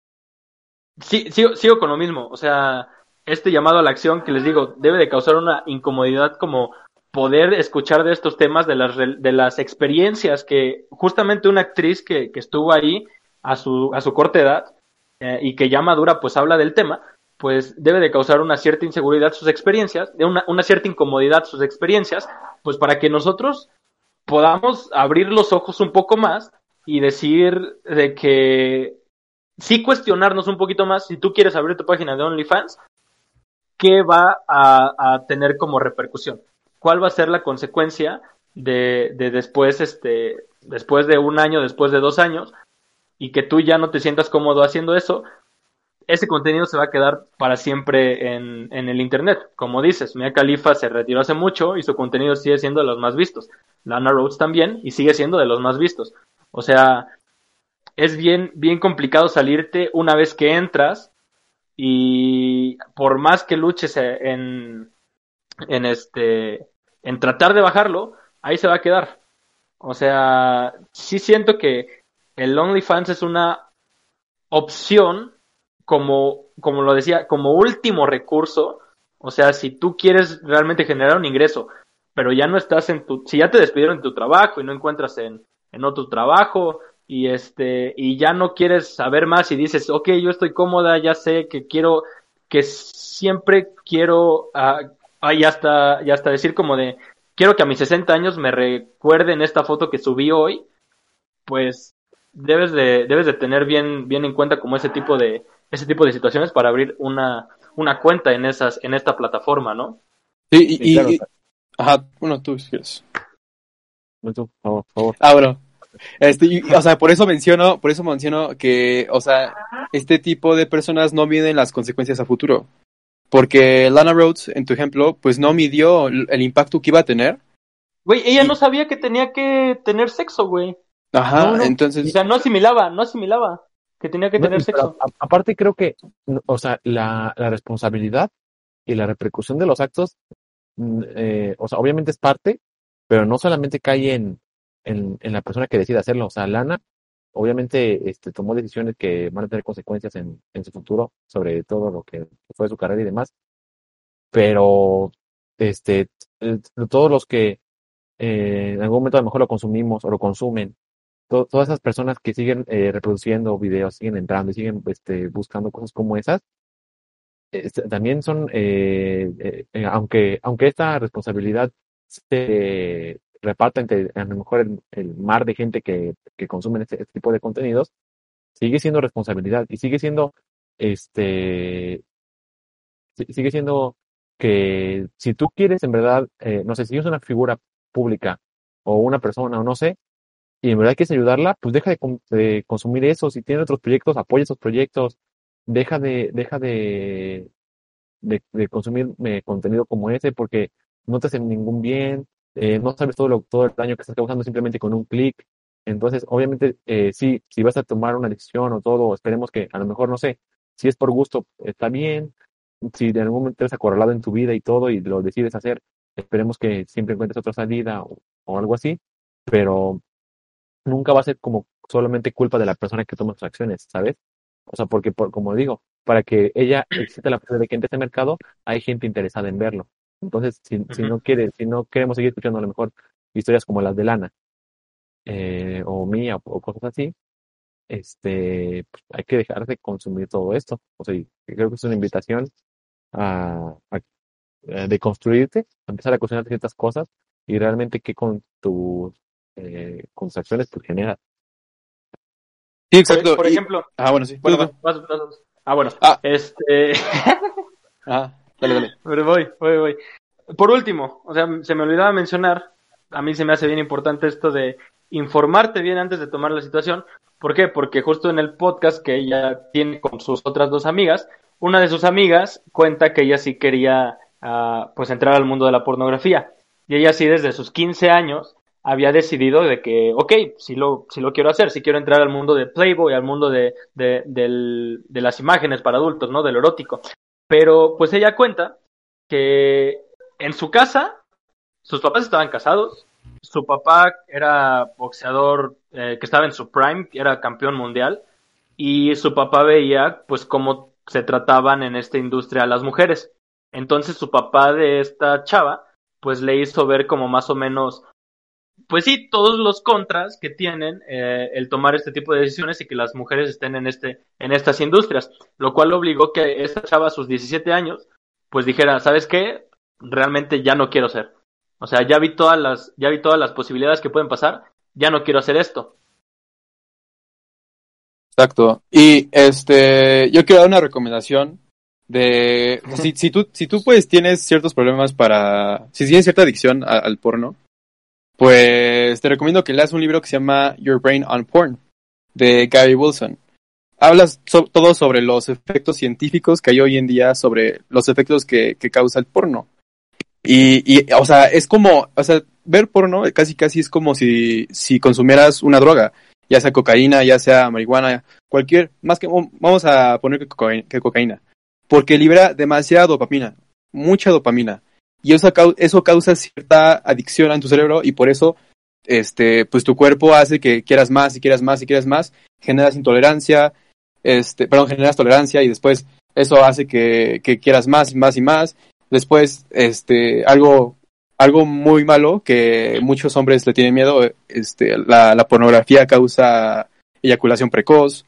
Speaker 3: sí, sigo, sigo con lo mismo. O sea, este llamado a la acción que les digo debe de causar una incomodidad como poder escuchar de estos temas, de las, de las experiencias que justamente una actriz que, que estuvo ahí a su, a su corta edad eh, y que ya madura pues habla del tema, pues debe de causar una cierta inseguridad sus experiencias, de una, una cierta incomodidad sus experiencias, pues para que nosotros podamos abrir los ojos un poco más y decir de que sí cuestionarnos un poquito más si tú quieres abrir tu página de OnlyFans, ¿qué va a, a tener como repercusión? ¿Cuál va a ser la consecuencia de, de después, este, después de un año, después de dos años, y que tú ya no te sientas cómodo haciendo eso? Ese contenido se va a quedar para siempre en, en el internet. Como dices, Mia Khalifa se retiró hace mucho y su contenido sigue siendo de los más vistos. Lana Rhoades también y sigue siendo de los más vistos. O sea, es bien, bien complicado salirte una vez que entras y por más que luches en, en este, en tratar de bajarlo, ahí se va a quedar. O sea, sí siento que el OnlyFans es una opción como, como lo decía, como último recurso. O sea, si tú quieres realmente generar un ingreso, pero ya no estás en tu, si ya te despidieron de tu trabajo y no encuentras en, en otro trabajo y este, y ya no quieres saber más y dices, ok, yo estoy cómoda, ya sé que quiero, que siempre quiero, uh, ah, y hasta, y hasta decir como de, quiero que a mis sesenta años me recuerden esta foto que subí hoy, pues debes de, debes de tener bien, bien en cuenta como ese tipo de, ese tipo de situaciones para abrir una, una cuenta en esas, en esta plataforma, ¿no?
Speaker 2: Sí,
Speaker 4: Sí,
Speaker 2: y,
Speaker 4: claro, o
Speaker 2: y-
Speaker 4: sea,
Speaker 2: ajá, bueno, tú si quieres.
Speaker 4: no, tú, por favor, por favor.
Speaker 2: Ah, bueno. Este, y- o sea, por eso menciono, por eso menciono que, o sea, este tipo de personas no miden las consecuencias a futuro. Porque Lana Rhoades, en tu ejemplo, pues no midió el el impacto que iba a tener.
Speaker 3: Güey, ella no
Speaker 2: Y,
Speaker 3: sabía que tenía que tener sexo, güey.
Speaker 4: No,
Speaker 2: ajá,
Speaker 4: no,
Speaker 3: O
Speaker 2: entonces,
Speaker 3: sea, no asimilaba, no asimilaba que tenía que
Speaker 4: no,
Speaker 3: tener
Speaker 4: y pero
Speaker 3: sexo.
Speaker 4: a- aparte creo que, no, o sea, la, la responsabilidad y la repercusión de los actos, mm, eh, o sea, obviamente es parte, pero no solamente cae en, en, en la persona que decide hacerlo. O sea, Lana, obviamente, este, tomó decisiones que van a tener consecuencias en, en su futuro, sobre todo lo que fue su carrera y demás, pero este, eh, todos los que eh, en algún momento a lo mejor lo consumimos o lo consumen, to- todas esas personas que siguen eh, reproduciendo videos, siguen entrando y siguen este, buscando cosas como esas, este, también son, eh, eh, eh, aunque, aunque esta responsabilidad se reparta entre a lo mejor el, el mar de gente que, que consumen este, este tipo de contenidos, sigue siendo responsabilidad y sigue siendo, este, si- sigue siendo que si tú quieres en verdad, eh, no sé, si eres una figura pública o una persona o no sé, y en verdad quieres ayudarla, pues deja de, con- de consumir eso. Si tiene otros proyectos, apoya esos proyectos. Deja de, deja de, de, de consumir eh, contenido como ese porque no te hace ningún bien, eh, no sabes todo lo, todo el daño que estás causando simplemente con un clic. Entonces, obviamente, eh, sí, si vas a tomar una decisión o todo, esperemos que a lo mejor, no sé, si es por gusto, está bien. Si de algún momento eres acorralado en tu vida y todo y lo decides hacer, esperemos que siempre encuentres otra salida o, o algo así, pero nunca va a ser como solamente culpa de la persona que toma sus acciones, ¿sabes? O sea, porque, por, como digo, para que ella exista la posibilidad de que entre este mercado, hay gente interesada en verlo. Entonces, si, si
Speaker 3: Ujú.
Speaker 4: no quiere, si no queremos seguir escuchando a lo mejor historias como las de Lana, eh, o mía, o, o cosas así, este, pues, hay que dejar de consumir todo esto. O sea, y creo que es una invitación a, a, a deconstruirte, a empezar a cuestionar ciertas cosas y realmente qué con tus, eh, con tus acciones pues genera.
Speaker 2: Sí,
Speaker 3: Por,
Speaker 2: exacto.
Speaker 3: por
Speaker 2: Y,
Speaker 3: ejemplo,
Speaker 2: ah, bueno, sí. Tú,
Speaker 3: bueno,
Speaker 2: tú, tú.
Speaker 3: vas, vas- vas- ah, bueno,
Speaker 2: Ah,
Speaker 3: este,
Speaker 2: ajá. Dale, dale.
Speaker 3: pero voy, voy, voy. Por último, o sea, se me olvidaba mencionar, a mí se me hace bien importante esto de informarte bien antes de tomar la situación. ¿Por qué? Porque justo en el podcast que ella tiene con sus otras dos amigas, una de sus amigas cuenta que ella sí quería, ah, pues, entrar al mundo de la pornografía. Y ella sí desde sus quince años había decidido de que, ok, si lo, si lo quiero hacer, si quiero entrar al mundo de Playboy, al mundo de, de, del- de las imágenes para adultos, ¿no? Del erótico. Pero pues ella cuenta que en su casa sus papás estaban casados, su papá era boxeador eh, que estaba en su prime, era campeón mundial, y su papá veía pues cómo se trataban en esta industria a las mujeres. Entonces su papá de esta chava pues le hizo ver como más o menos, pues sí, todos los contras que tienen eh, el tomar este tipo de decisiones y que las mujeres estén en este en estas industrias, lo cual obligó que esta chava a sus diecisiete años pues dijera, ¿sabes qué? Realmente ya no quiero ser. O sea, ya vi todas las ya vi todas las posibilidades que pueden pasar, ya no quiero hacer esto.
Speaker 2: Exacto. Y este, yo quiero dar una recomendación de, o sea, si, si tú, si tú pues tienes ciertos problemas para, si tienes cierta adicción a- al porno, pues te recomiendo que leas un libro que se llama Your Brain on Porn, de Gary Wilson. Hablas so- todo sobre los efectos científicos que hay hoy en día sobre los efectos que, que causa el porno. Y, y, o sea, es como, o sea, ver porno casi casi es como si, si consumieras una droga, ya sea cocaína, ya sea marihuana, cualquier, más que, vamos a poner que cocaína, que cocaína, porque libera demasiada dopamina, mucha dopamina, y eso, cau- eso causa cierta adicción en tu cerebro y por eso, este, pues tu cuerpo hace que quieras más y quieras más y quieras más, generas intolerancia, este, perdón, generas tolerancia y después eso hace que, que quieras más y más y más. Después, este, algo, algo muy malo que muchos hombres le tienen miedo, este, la, la pornografía causa eyaculación precoz.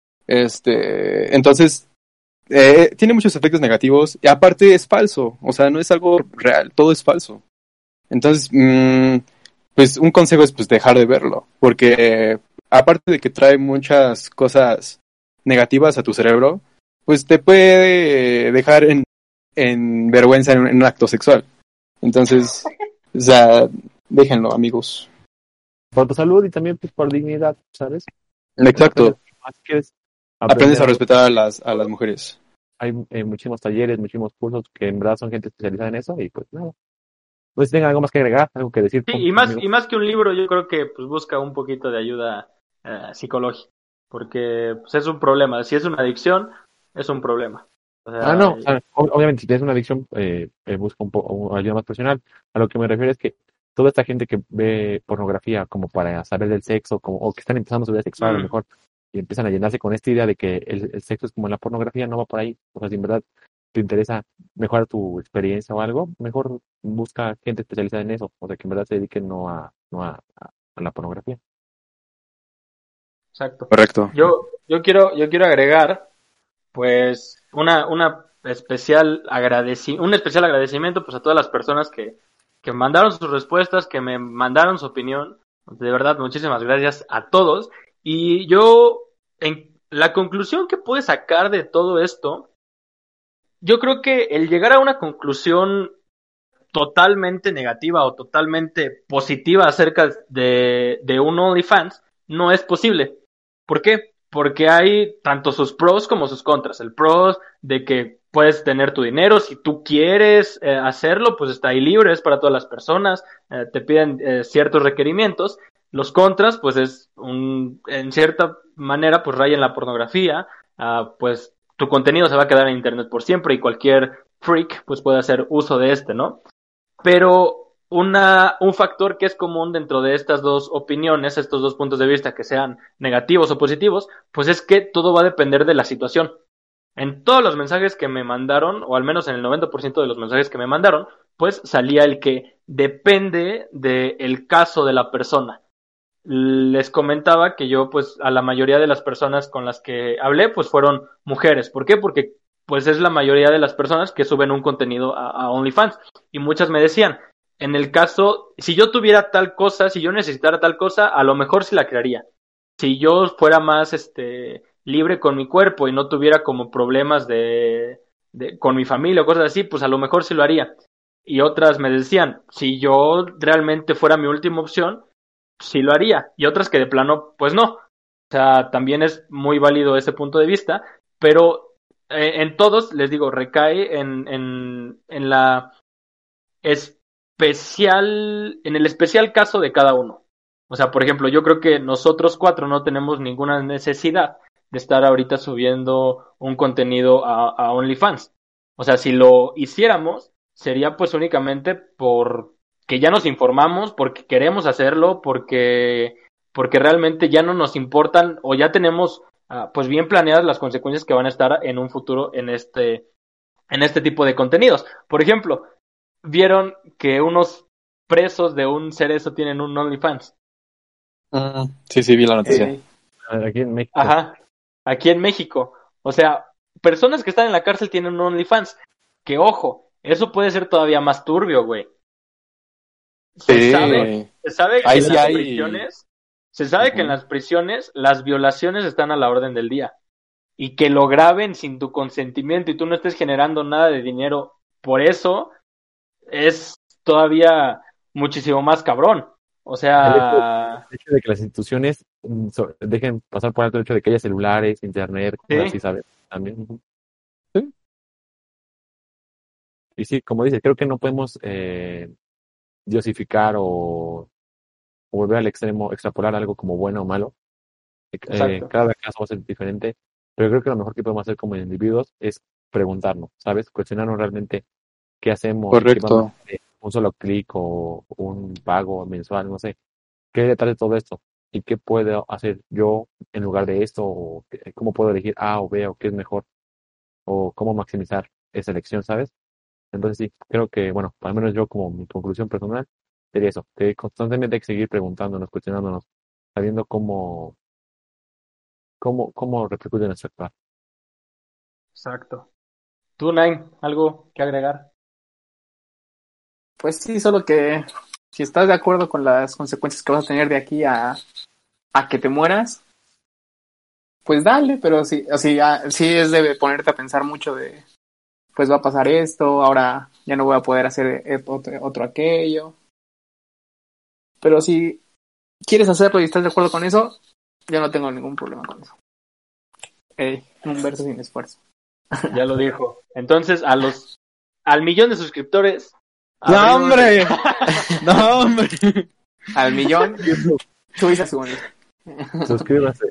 Speaker 2: Este, entonces, eh, tiene muchos efectos negativos y aparte es falso, o sea, no es algo real, todo es falso. Entonces, mmm, pues un consejo es pues dejar de verlo, porque aparte de que trae muchas cosas negativas a tu cerebro, pues te puede dejar en, en vergüenza en un, en un acto sexual. Entonces, o sea, déjenlo, amigos.
Speaker 4: Por tu salud y también pues, por dignidad, ¿sabes? Aprendes
Speaker 2: Exacto.
Speaker 4: más, quieres
Speaker 2: Aprendes
Speaker 4: aprender
Speaker 2: a
Speaker 4: algo.
Speaker 2: respetar a las, a las mujeres.
Speaker 4: Hay eh, muchísimos talleres, muchísimos cursos que en verdad son gente especializada en eso y pues nada. Pues si tengan algo más que agregar, algo que decir,
Speaker 3: Sí,
Speaker 4: com-
Speaker 3: y más
Speaker 4: amigos.
Speaker 3: y más que un libro, yo creo que pues busca un poquito de ayuda eh, psicológica, porque pues, es un problema, si es una adicción, es un problema. O
Speaker 4: Ah,
Speaker 3: sea,
Speaker 4: no, o sea, ob- obviamente si tienes una adicción, eh, eh, busca un poco ayuda más profesional. A lo que me refiero es que toda esta gente que ve pornografía como para saber del sexo, como, o que están empezando su vida sexual a lo
Speaker 3: mm,
Speaker 4: mejor, y empiezan a llenarse con esta idea de que el, el sexo es como la pornografía, no va por ahí. O sea, si en verdad te interesa mejorar tu experiencia o algo, mejor busca gente especializada en eso, o sea, que en verdad se dediquen no a, no a, a- a la pornografía.
Speaker 3: Exacto.
Speaker 2: Correcto.
Speaker 3: Yo, yo quiero, yo quiero agregar, pues, una, una especial agradeci- un especial agradecimiento, pues, a todas las personas que, que mandaron sus respuestas, que me mandaron su opinión. De verdad, muchísimas gracias a todos. Y yo, en la conclusión que pude sacar de todo esto, yo creo que el llegar a una conclusión totalmente negativa o totalmente positiva acerca de, de un OnlyFans no es posible. ¿Por qué? Porque hay tanto sus pros como sus contras. El pros de que puedes tener tu dinero, si tú quieres eh, hacerlo, pues está ahí libre, es para todas las personas, eh, te piden eh, ciertos requerimientos. Los contras, pues es un, en cierta manera, pues raya en la pornografía, uh, pues tu contenido se va a quedar en internet por siempre y cualquier freak pues puede hacer uso de este, ¿no? Pero una, un factor que es común dentro de estas dos opiniones, estos dos puntos de vista, que sean negativos o positivos, pues es que todo va a depender de la situación. En todos los mensajes que me mandaron, o al menos en el noventa por ciento de los mensajes que me mandaron, pues salía el que depende del caso de la persona. Les comentaba que yo, pues, a la mayoría de las personas con las que hablé, pues fueron mujeres. ¿Por qué? Porque, pues, es la mayoría de las personas que suben un contenido a, a OnlyFans. Y muchas me decían, en el caso, si yo tuviera tal cosa, si yo necesitara tal cosa, a lo mejor sí la crearía. Si yo fuera más, este, libre con mi cuerpo y no tuviera como problemas de, de con mi familia o cosas así, pues a lo mejor sí lo haría. Y otras me decían, si yo realmente fuera mi última opción, sí lo haría, y otras que de plano, pues no. O sea, también es muy válido ese punto de vista, pero eh, en todos, les digo, recae en, en, en la especial, en el especial caso de cada uno. O sea, por ejemplo, yo creo que nosotros cuatro no tenemos ninguna necesidad de estar ahorita subiendo un contenido a, a OnlyFans. O sea, si lo hiciéramos, sería pues únicamente por que ya nos informamos, porque queremos hacerlo, porque, porque realmente ya no nos importan o ya tenemos uh, pues bien planeadas las consecuencias que van a estar en un futuro en este, en este tipo de contenidos. Por ejemplo, vieron que unos presos de un cerezo tienen un OnlyFans.
Speaker 2: Mm, sí, sí, vi la noticia.
Speaker 5: Eh,
Speaker 4: Aquí en México.
Speaker 3: Ajá, aquí en México. O sea, personas que están en la cárcel tienen un OnlyFans. Que ojo, eso puede ser todavía más turbio, güey. Se
Speaker 2: Sí.
Speaker 3: sabe, se sabe que
Speaker 2: Ahí
Speaker 3: en
Speaker 2: sí
Speaker 3: las
Speaker 2: hay-
Speaker 3: prisiones, se sabe que en
Speaker 2: Ujú.
Speaker 3: las prisiones las violaciones están a la orden del día. Y que lo graben sin tu consentimiento y tú no estés generando nada de dinero por eso, es todavía muchísimo más cabrón. O
Speaker 4: El hecho,
Speaker 3: sea,
Speaker 4: el hecho de que las instituciones mm, so- dejen pasar por alto el hecho de que haya celulares, internet, cosas
Speaker 3: sí,
Speaker 4: así, ¿sabes? También. Ujú.
Speaker 2: Sí.
Speaker 4: Y sí, como dices, creo que no podemos eh, diosificar o, o volver al extremo, extrapolar algo como bueno o malo. Eh,
Speaker 3: exacto.
Speaker 4: cada caso va a ser diferente, pero creo que lo mejor que podemos hacer como individuos es preguntarnos, ¿sabes? Cuestionarnos realmente qué hacemos y qué vamos
Speaker 2: Correcto.
Speaker 4: a hacer, un solo clic o un pago mensual, no sé. ¿Qué hay detrás de todo esto? ¿Y qué puedo hacer yo en lugar de esto? ¿O qué- cómo puedo elegir A o B o qué es mejor? ¿O cómo maximizar esa elección, ¿sabes? Entonces sí, creo que, bueno, al menos yo como mi conclusión personal sería eso, que constantemente hay que seguir preguntándonos, cuestionándonos, sabiendo cómo, cómo, cómo repercute en nuestro actuar.
Speaker 3: Exacto. Tú, Nine, ¿algo que agregar?
Speaker 5: pues sí, solo que si estás de acuerdo con las consecuencias que vas a tener de aquí a, a que te mueras, pues dale, pero sí, así, ah, sí es de ponerte a pensar mucho de, pues va a pasar esto, ahora ya no voy a poder hacer eh, otro, otro aquello. Pero si quieres hacerlo y estás de acuerdo con eso, yo no tengo ningún problema con eso. Ey, un verso sin esfuerzo.
Speaker 3: Ya lo dijo. Entonces, a los, al millón de suscriptores.
Speaker 2: ¡No,
Speaker 3: abrimos-
Speaker 2: hombre! ¡No, hombre!
Speaker 5: Al millón, tú dices segundo.
Speaker 4: Suscríbase.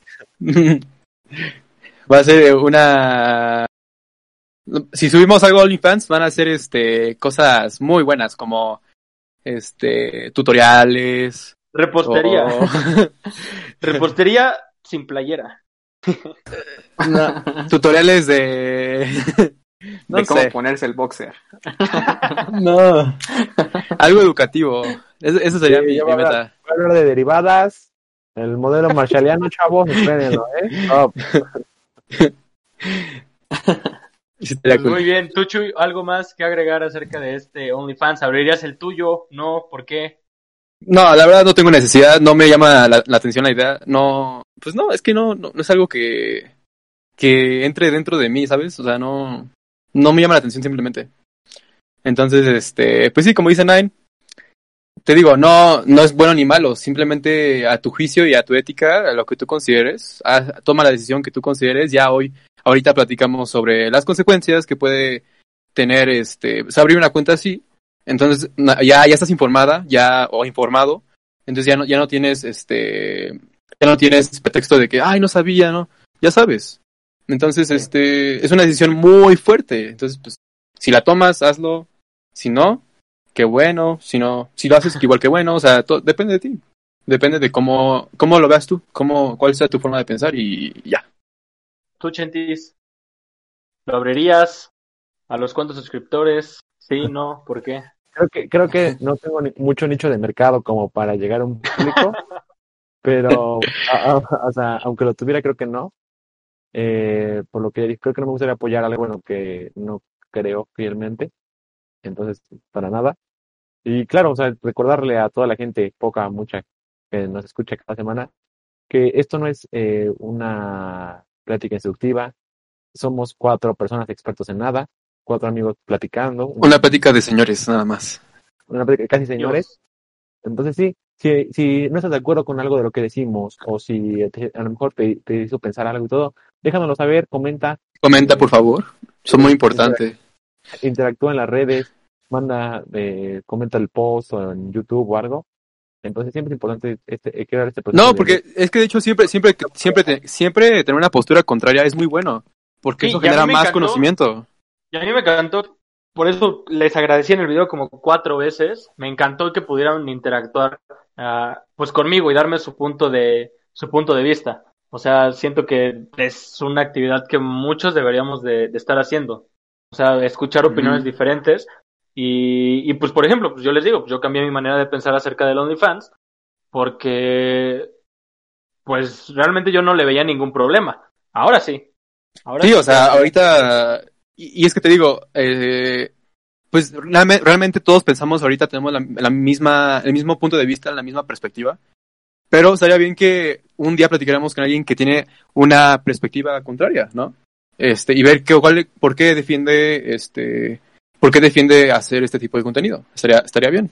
Speaker 2: Va a ser una... Si subimos algo a OnlyFans, van a ser este cosas muy buenas, como este tutoriales.
Speaker 3: Repostería.
Speaker 2: o-
Speaker 3: Repostería sin playera.
Speaker 2: No, tutoriales de No
Speaker 5: de cómo
Speaker 2: sé.
Speaker 5: ponerse el boxer.
Speaker 2: No. Algo educativo. Eso, eso sería
Speaker 4: Sí,
Speaker 2: mi,
Speaker 4: yo voy
Speaker 2: mi
Speaker 4: a hablar,
Speaker 2: meta.
Speaker 4: voy a hablar de derivadas, el modelo marshalliano, chavos, espérenlo, ¿eh? Top.
Speaker 2: Sí, estaría
Speaker 3: Pues
Speaker 2: cool.
Speaker 3: muy bien, tú, Chuy, ¿algo más que agregar acerca de este OnlyFans? ¿Abrirías el tuyo? No, ¿por qué?
Speaker 2: No, la verdad no tengo necesidad, no me llama la, la atención la idea. No, pues no, es que no, no, no es algo que, que entre dentro de mí, ¿sabes? O sea, no, no me llama la atención simplemente. Entonces, este, pues sí, como dice Nine, te digo, no, no es bueno ni malo, simplemente a tu juicio y a tu ética, a lo que tú consideres, a- toma la decisión que tú consideres. Ya hoy, ahorita platicamos sobre las consecuencias que puede tener, este, pues, abrir una cuenta así. Entonces, na- ya, ya estás informada, ya, o informado. Entonces ya no, ya no tienes, este, ya no tienes pretexto de que, ay, no sabía, ¿no? Ya sabes. Entonces,
Speaker 3: Sí.
Speaker 2: este, es una decisión muy fuerte. Entonces, pues, si la tomas, hazlo. Si no, qué bueno, si no, si lo haces, que igual que bueno, o sea, to- depende de ti. Depende de cómo, cómo lo veas tú, cómo, cuál sea tu forma de pensar y ya.
Speaker 3: ¿Tú, Chentis, lo abrirías? ¿A los cuantos suscriptores? Sí, no, ¿por qué?
Speaker 4: Creo que, creo que no tengo ni- mucho nicho de mercado como para llegar a un público, pero, a- a- o sea, aunque lo tuviera, creo que no. Eh, por lo que creo que no me gustaría apoyar algo en lo que no creo fielmente. Entonces, para nada. Y claro, o sea, recordarle a toda la gente, poca, mucha, que nos escucha cada semana, que esto no es eh, una plática instructiva. Somos cuatro personas expertos en nada, cuatro amigos platicando,
Speaker 2: Una
Speaker 4: un-
Speaker 2: plática de señores, nada más.
Speaker 4: una plática casi señores.
Speaker 3: Dios.
Speaker 4: Entonces sí, si, si no estás de acuerdo con algo de lo que decimos, o si te- a lo mejor te, te hizo pensar algo y todo, déjanoslo saber, comenta,
Speaker 2: Comenta,
Speaker 4: eh,
Speaker 2: por favor. Son muy
Speaker 4: eh, interac-
Speaker 2: importantes.
Speaker 4: interactúa en las redes, manda, eh, comenta el post o en YouTube o algo. Entonces siempre es importante este, eh, crear este proceso
Speaker 2: No,
Speaker 4: de, de-
Speaker 2: porque es que de hecho siempre, siempre, siempre, te- siempre tener una postura contraria es muy bueno, porque
Speaker 3: Sí,
Speaker 2: eso
Speaker 3: y a mí
Speaker 2: genera
Speaker 3: me
Speaker 2: más
Speaker 3: encantó,
Speaker 2: conocimiento.
Speaker 3: y a mí me encantó, por eso les agradecí en el video como cuatro veces, me encantó que pudieran interactuar ah, pues conmigo y darme su punto de, su punto de vista. O sea, siento que es una actividad que muchos deberíamos de, de estar haciendo. O sea, escuchar opiniones
Speaker 2: Ujú.
Speaker 3: diferentes. Y, y pues, por ejemplo, pues yo les digo, pues yo cambié mi manera de pensar acerca del OnlyFans porque, pues realmente yo no le veía ningún problema. Ahora sí, ahora
Speaker 2: Sí,
Speaker 3: sí
Speaker 2: o
Speaker 3: estoy
Speaker 2: sea,
Speaker 3: totalmente de acuerdo.
Speaker 2: ahorita, y, y es que te digo, eh, pues realme- realmente todos pensamos ahorita, tenemos la, la misma, el mismo punto de vista, la misma perspectiva, pero estaría bien que un día platicáramos con alguien que tiene una perspectiva contraria, ¿no? Este, y ver que, cuál, por qué defiende, este, por qué defiende hacer este tipo de contenido. Estaría, estaría bien.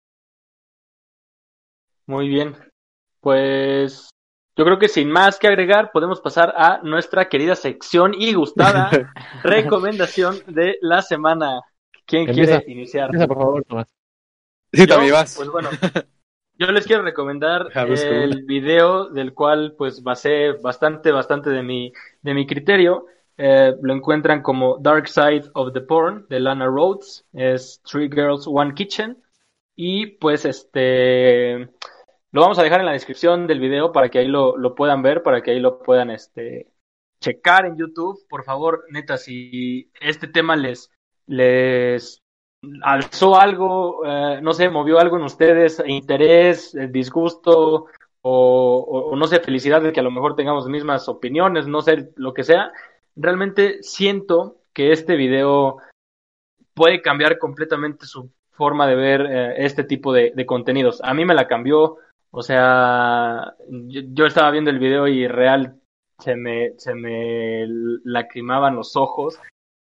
Speaker 3: Muy bien. Pues yo creo que sin más que agregar, podemos pasar a nuestra querida sección y gustada recomendación de la semana. ¿Quién
Speaker 4: Empieza,
Speaker 3: quiere iniciar?
Speaker 4: empieza por favor, Tomás.
Speaker 2: Sí, también
Speaker 3: Yo,
Speaker 2: vas.
Speaker 3: pues bueno, yo les quiero recomendar
Speaker 2: Ja, busco una.
Speaker 3: el video del cual pues basé bastante, bastante de mi, de mi criterio. Eh, lo encuentran como Dark Side of the Porn de Lana Rhoades. Es Three Girls, One Kitchen. Y pues este lo vamos a dejar en la descripción del video para que ahí lo, lo puedan ver, para que ahí lo puedan este checar en YouTube. Por favor, neta, si este tema les, les alzó algo, eh, no sé, movió algo en ustedes, interés, eh, disgusto o, o, o no sé, felicidad de que a lo mejor tengamos mismas opiniones, no sé, lo que sea, realmente siento que este video puede cambiar completamente su forma de ver eh, este tipo de, de contenidos. A mí me la cambió, o sea, yo, yo estaba viendo el video y real se me, se me lacrimaban los ojos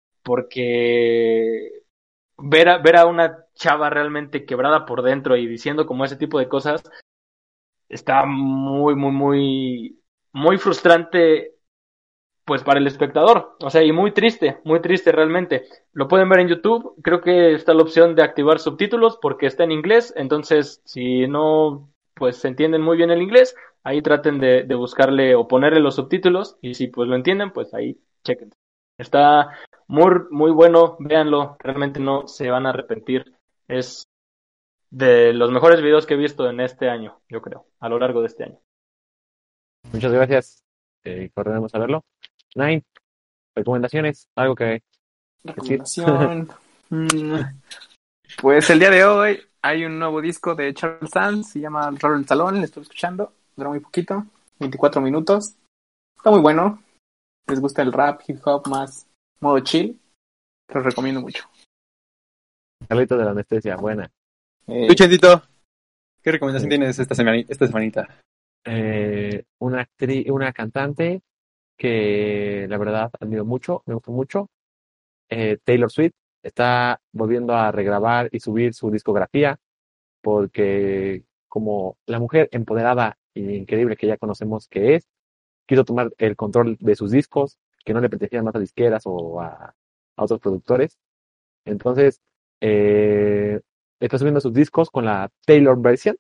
Speaker 3: porque ver a, ver a una chava realmente quebrada por dentro y diciendo como ese tipo de cosas está muy, muy, muy, muy frustrante pues para el espectador, o sea, y muy triste, muy triste realmente. Lo pueden ver en YouTube, creo que está la opción de activar subtítulos porque está en inglés, entonces si no, pues se entienden muy bien el inglés, ahí traten de, de buscarle o ponerle los subtítulos y si pues lo entienden, pues ahí chequen. Está muy, muy bueno, véanlo, realmente no se van a arrepentir. Es de los mejores videos que he visto en este año, yo creo, a lo largo de este año.
Speaker 4: Muchas gracias. Eh, correremos a verlo. Nine, recomendaciones, algo que
Speaker 5: Recomendación. Mm, pues el día de hoy hay un nuevo disco de Charles Sands, se llama Rolling Salón, lo estoy escuchando, dura muy poquito, veinticuatro minutos. Está muy bueno. Les gusta el rap, hip hop más modo chill, los recomiendo mucho.
Speaker 4: Carlitos de la anestesia, buena.
Speaker 5: Eh,
Speaker 2: ¿Tú, Chentito? ¿Qué recomendación
Speaker 4: Sí.
Speaker 2: tienes esta semana, esta semanita?
Speaker 4: Eh, una actriz, una cantante que la verdad admiro mucho, me gustó mucho. Eh, Taylor Swift está volviendo a regrabar y subir su discografía porque como la mujer empoderada e increíble que ya conocemos que es, quiso tomar el control de sus discos, que no le pertenecían más a disqueras o a, a otros productores. Entonces, eh, está subiendo sus discos con la Taylor version.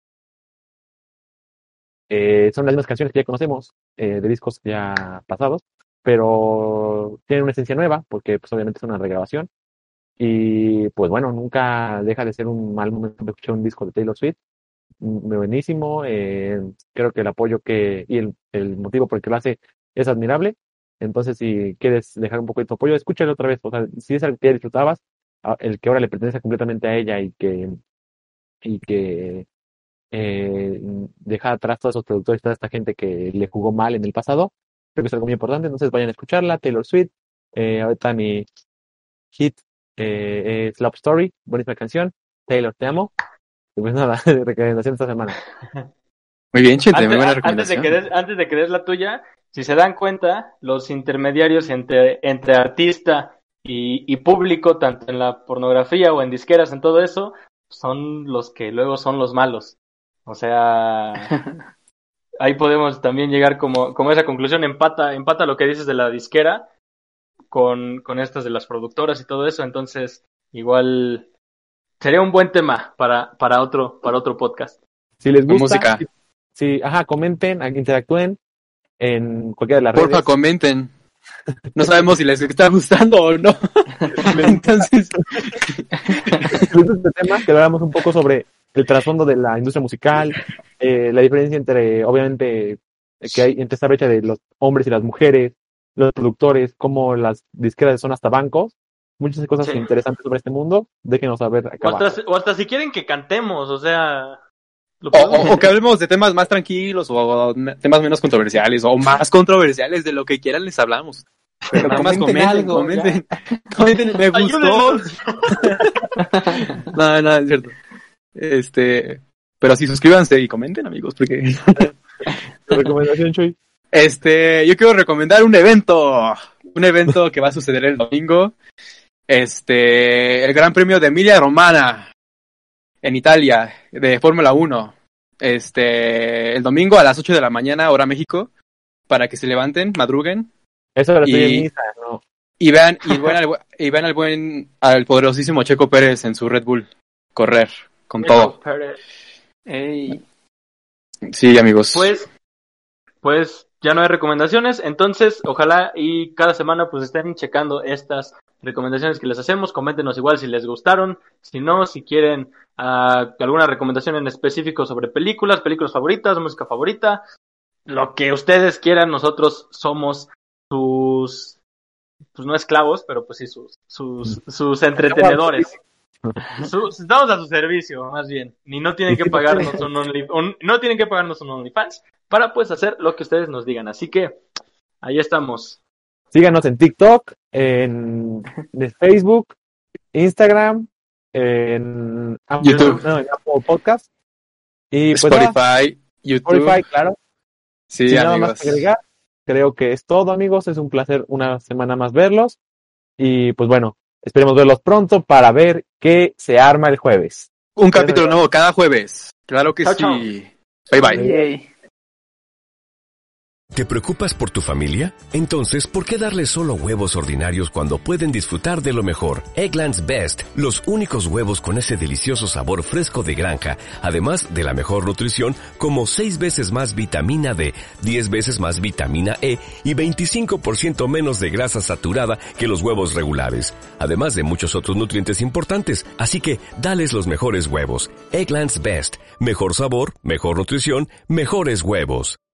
Speaker 4: Eh, son las mismas canciones que ya conocemos eh, de discos ya pasados, pero tienen una esencia nueva porque pues obviamente es una regrabación y pues bueno, nunca deja de ser un mal momento de escuchar un disco de Taylor Swift. Mm, buenísimo, eh, creo que el apoyo que y el, el motivo por el que lo hace es admirable. Entonces si quieres dejar un poco de tu apoyo, escúchalo otra vez, o sea, si es algo que ya disfrutabas, a- el que ahora le pertenece completamente a ella y que y que eh, deja atrás todos esos productores, toda esta gente que le jugó mal en el pasado. Creo que es algo muy importante, entonces vayan a escucharla. Taylor Swift, eh, ahorita mi hit eh, es Love Story, buenísima canción. Taylor, te amo. Y pues nada, recomendación esta semana.
Speaker 2: Muy bien, Chente, muy
Speaker 3: Antes,
Speaker 2: buena
Speaker 3: a- antes de
Speaker 2: recomendación.
Speaker 3: que des, antes de que des la tuya, si se dan cuenta, los intermediarios entre, entre artista y, y público, tanto en la pornografía o en disqueras, en todo eso, son los que luego son los malos. O sea, ahí podemos también llegar como, como esa conclusión, empata, empata lo que dices de la disquera con, con estas de las productoras y todo eso, entonces igual sería un buen tema para, para otro, para otro podcast.
Speaker 4: Si les
Speaker 2: Con
Speaker 4: gusta,
Speaker 2: música.
Speaker 4: si, si- ajá, comenten, interactúen en cualquiera de las
Speaker 2: Porfa,
Speaker 4: redes.
Speaker 2: comenten. No sabemos si les está gustando o no. Entonces,
Speaker 4: Este tema, que hablamos un poco sobre el trasfondo de la industria musical, eh, la diferencia entre, obviamente, eh, que hay entre esta brecha de los hombres y las mujeres, los productores, cómo las disqueras son hasta bancos, muchas cosas
Speaker 3: Sí.
Speaker 4: interesantes sobre este mundo. Déjenos saber acá
Speaker 3: O hasta,
Speaker 4: abajo.
Speaker 3: o hasta si quieren que cantemos, o sea... lo
Speaker 2: o,
Speaker 3: podemos
Speaker 2: o- o que hablemos de temas más tranquilos o, o temas menos controversiales o más controversiales, de lo que quieran les hablamos. Pero nada más
Speaker 5: comenten
Speaker 2: comenten,
Speaker 5: algo,
Speaker 2: comenten, comenten, me gustó.
Speaker 3: Ayúdenos.
Speaker 2: No, no, es cierto. Este, pero sí, suscríbanse y comenten, amigos, porque
Speaker 4: Recomendación, Chuy.
Speaker 2: este, yo quiero recomendar un evento, un evento que va a suceder el domingo. Este, el Gran Premio de Emilia Romagna en Italia de Fórmula uno. Este, el domingo a las ocho de la mañana, hora México, para que se levanten, madruguen
Speaker 4: Eso lo estoy
Speaker 2: Y-
Speaker 4: en misa, ¿no?
Speaker 2: y vean y vean al, bu- y vean al buen al poderosísimo Checo Pérez en su Red Bull correr con todo.
Speaker 5: Ey,
Speaker 2: Sí, amigos.
Speaker 3: Pues, pues ya no hay recomendaciones, entonces ojalá y cada semana pues estén checando estas recomendaciones que les hacemos, coméntenos igual si les gustaron, si no, si quieren ah, alguna recomendación en específico sobre películas, películas favoritas, música favorita, lo que ustedes quieran, nosotros somos sus, pues no esclavos, pero pues sí, sus, sus, sus entretenedores. Su- estamos a su servicio, más bien. Ni no tienen que pagarnos un only, un- no tienen que pagarnos un OnlyFans para pues hacer lo que ustedes nos digan. Así que ahí estamos.
Speaker 4: Síganos en TikTok, en, en Facebook, Instagram, en Apple,
Speaker 2: YouTube.
Speaker 4: no, en Apple Podcast y pues nada,
Speaker 2: Spotify, YouTube.
Speaker 4: Spotify, claro.
Speaker 2: Sí,
Speaker 4: Sin nada
Speaker 2: amigos.
Speaker 4: más que agregar, creo que es todo, amigos. Es un placer una semana más verlos. Y pues bueno, esperemos verlos pronto para ver qué se arma el jueves.
Speaker 2: Un capítulo nuevo cada jueves. Claro que
Speaker 3: Chao,
Speaker 2: sí.
Speaker 3: chao.
Speaker 2: Bye bye.
Speaker 5: ey.
Speaker 6: ¿Te preocupas por tu familia? Entonces, ¿por qué darles solo huevos ordinarios cuando pueden disfrutar de lo mejor? Eggland's Best, los únicos huevos con ese delicioso sabor fresco de granja, además de la mejor nutrición, como seis veces más vitamina D, diez veces más vitamina E y veinticinco por ciento menos de grasa saturada que los huevos regulares, además de muchos otros nutrientes importantes. Así que, dales los mejores huevos. Eggland's Best, mejor sabor, mejor nutrición, mejores huevos.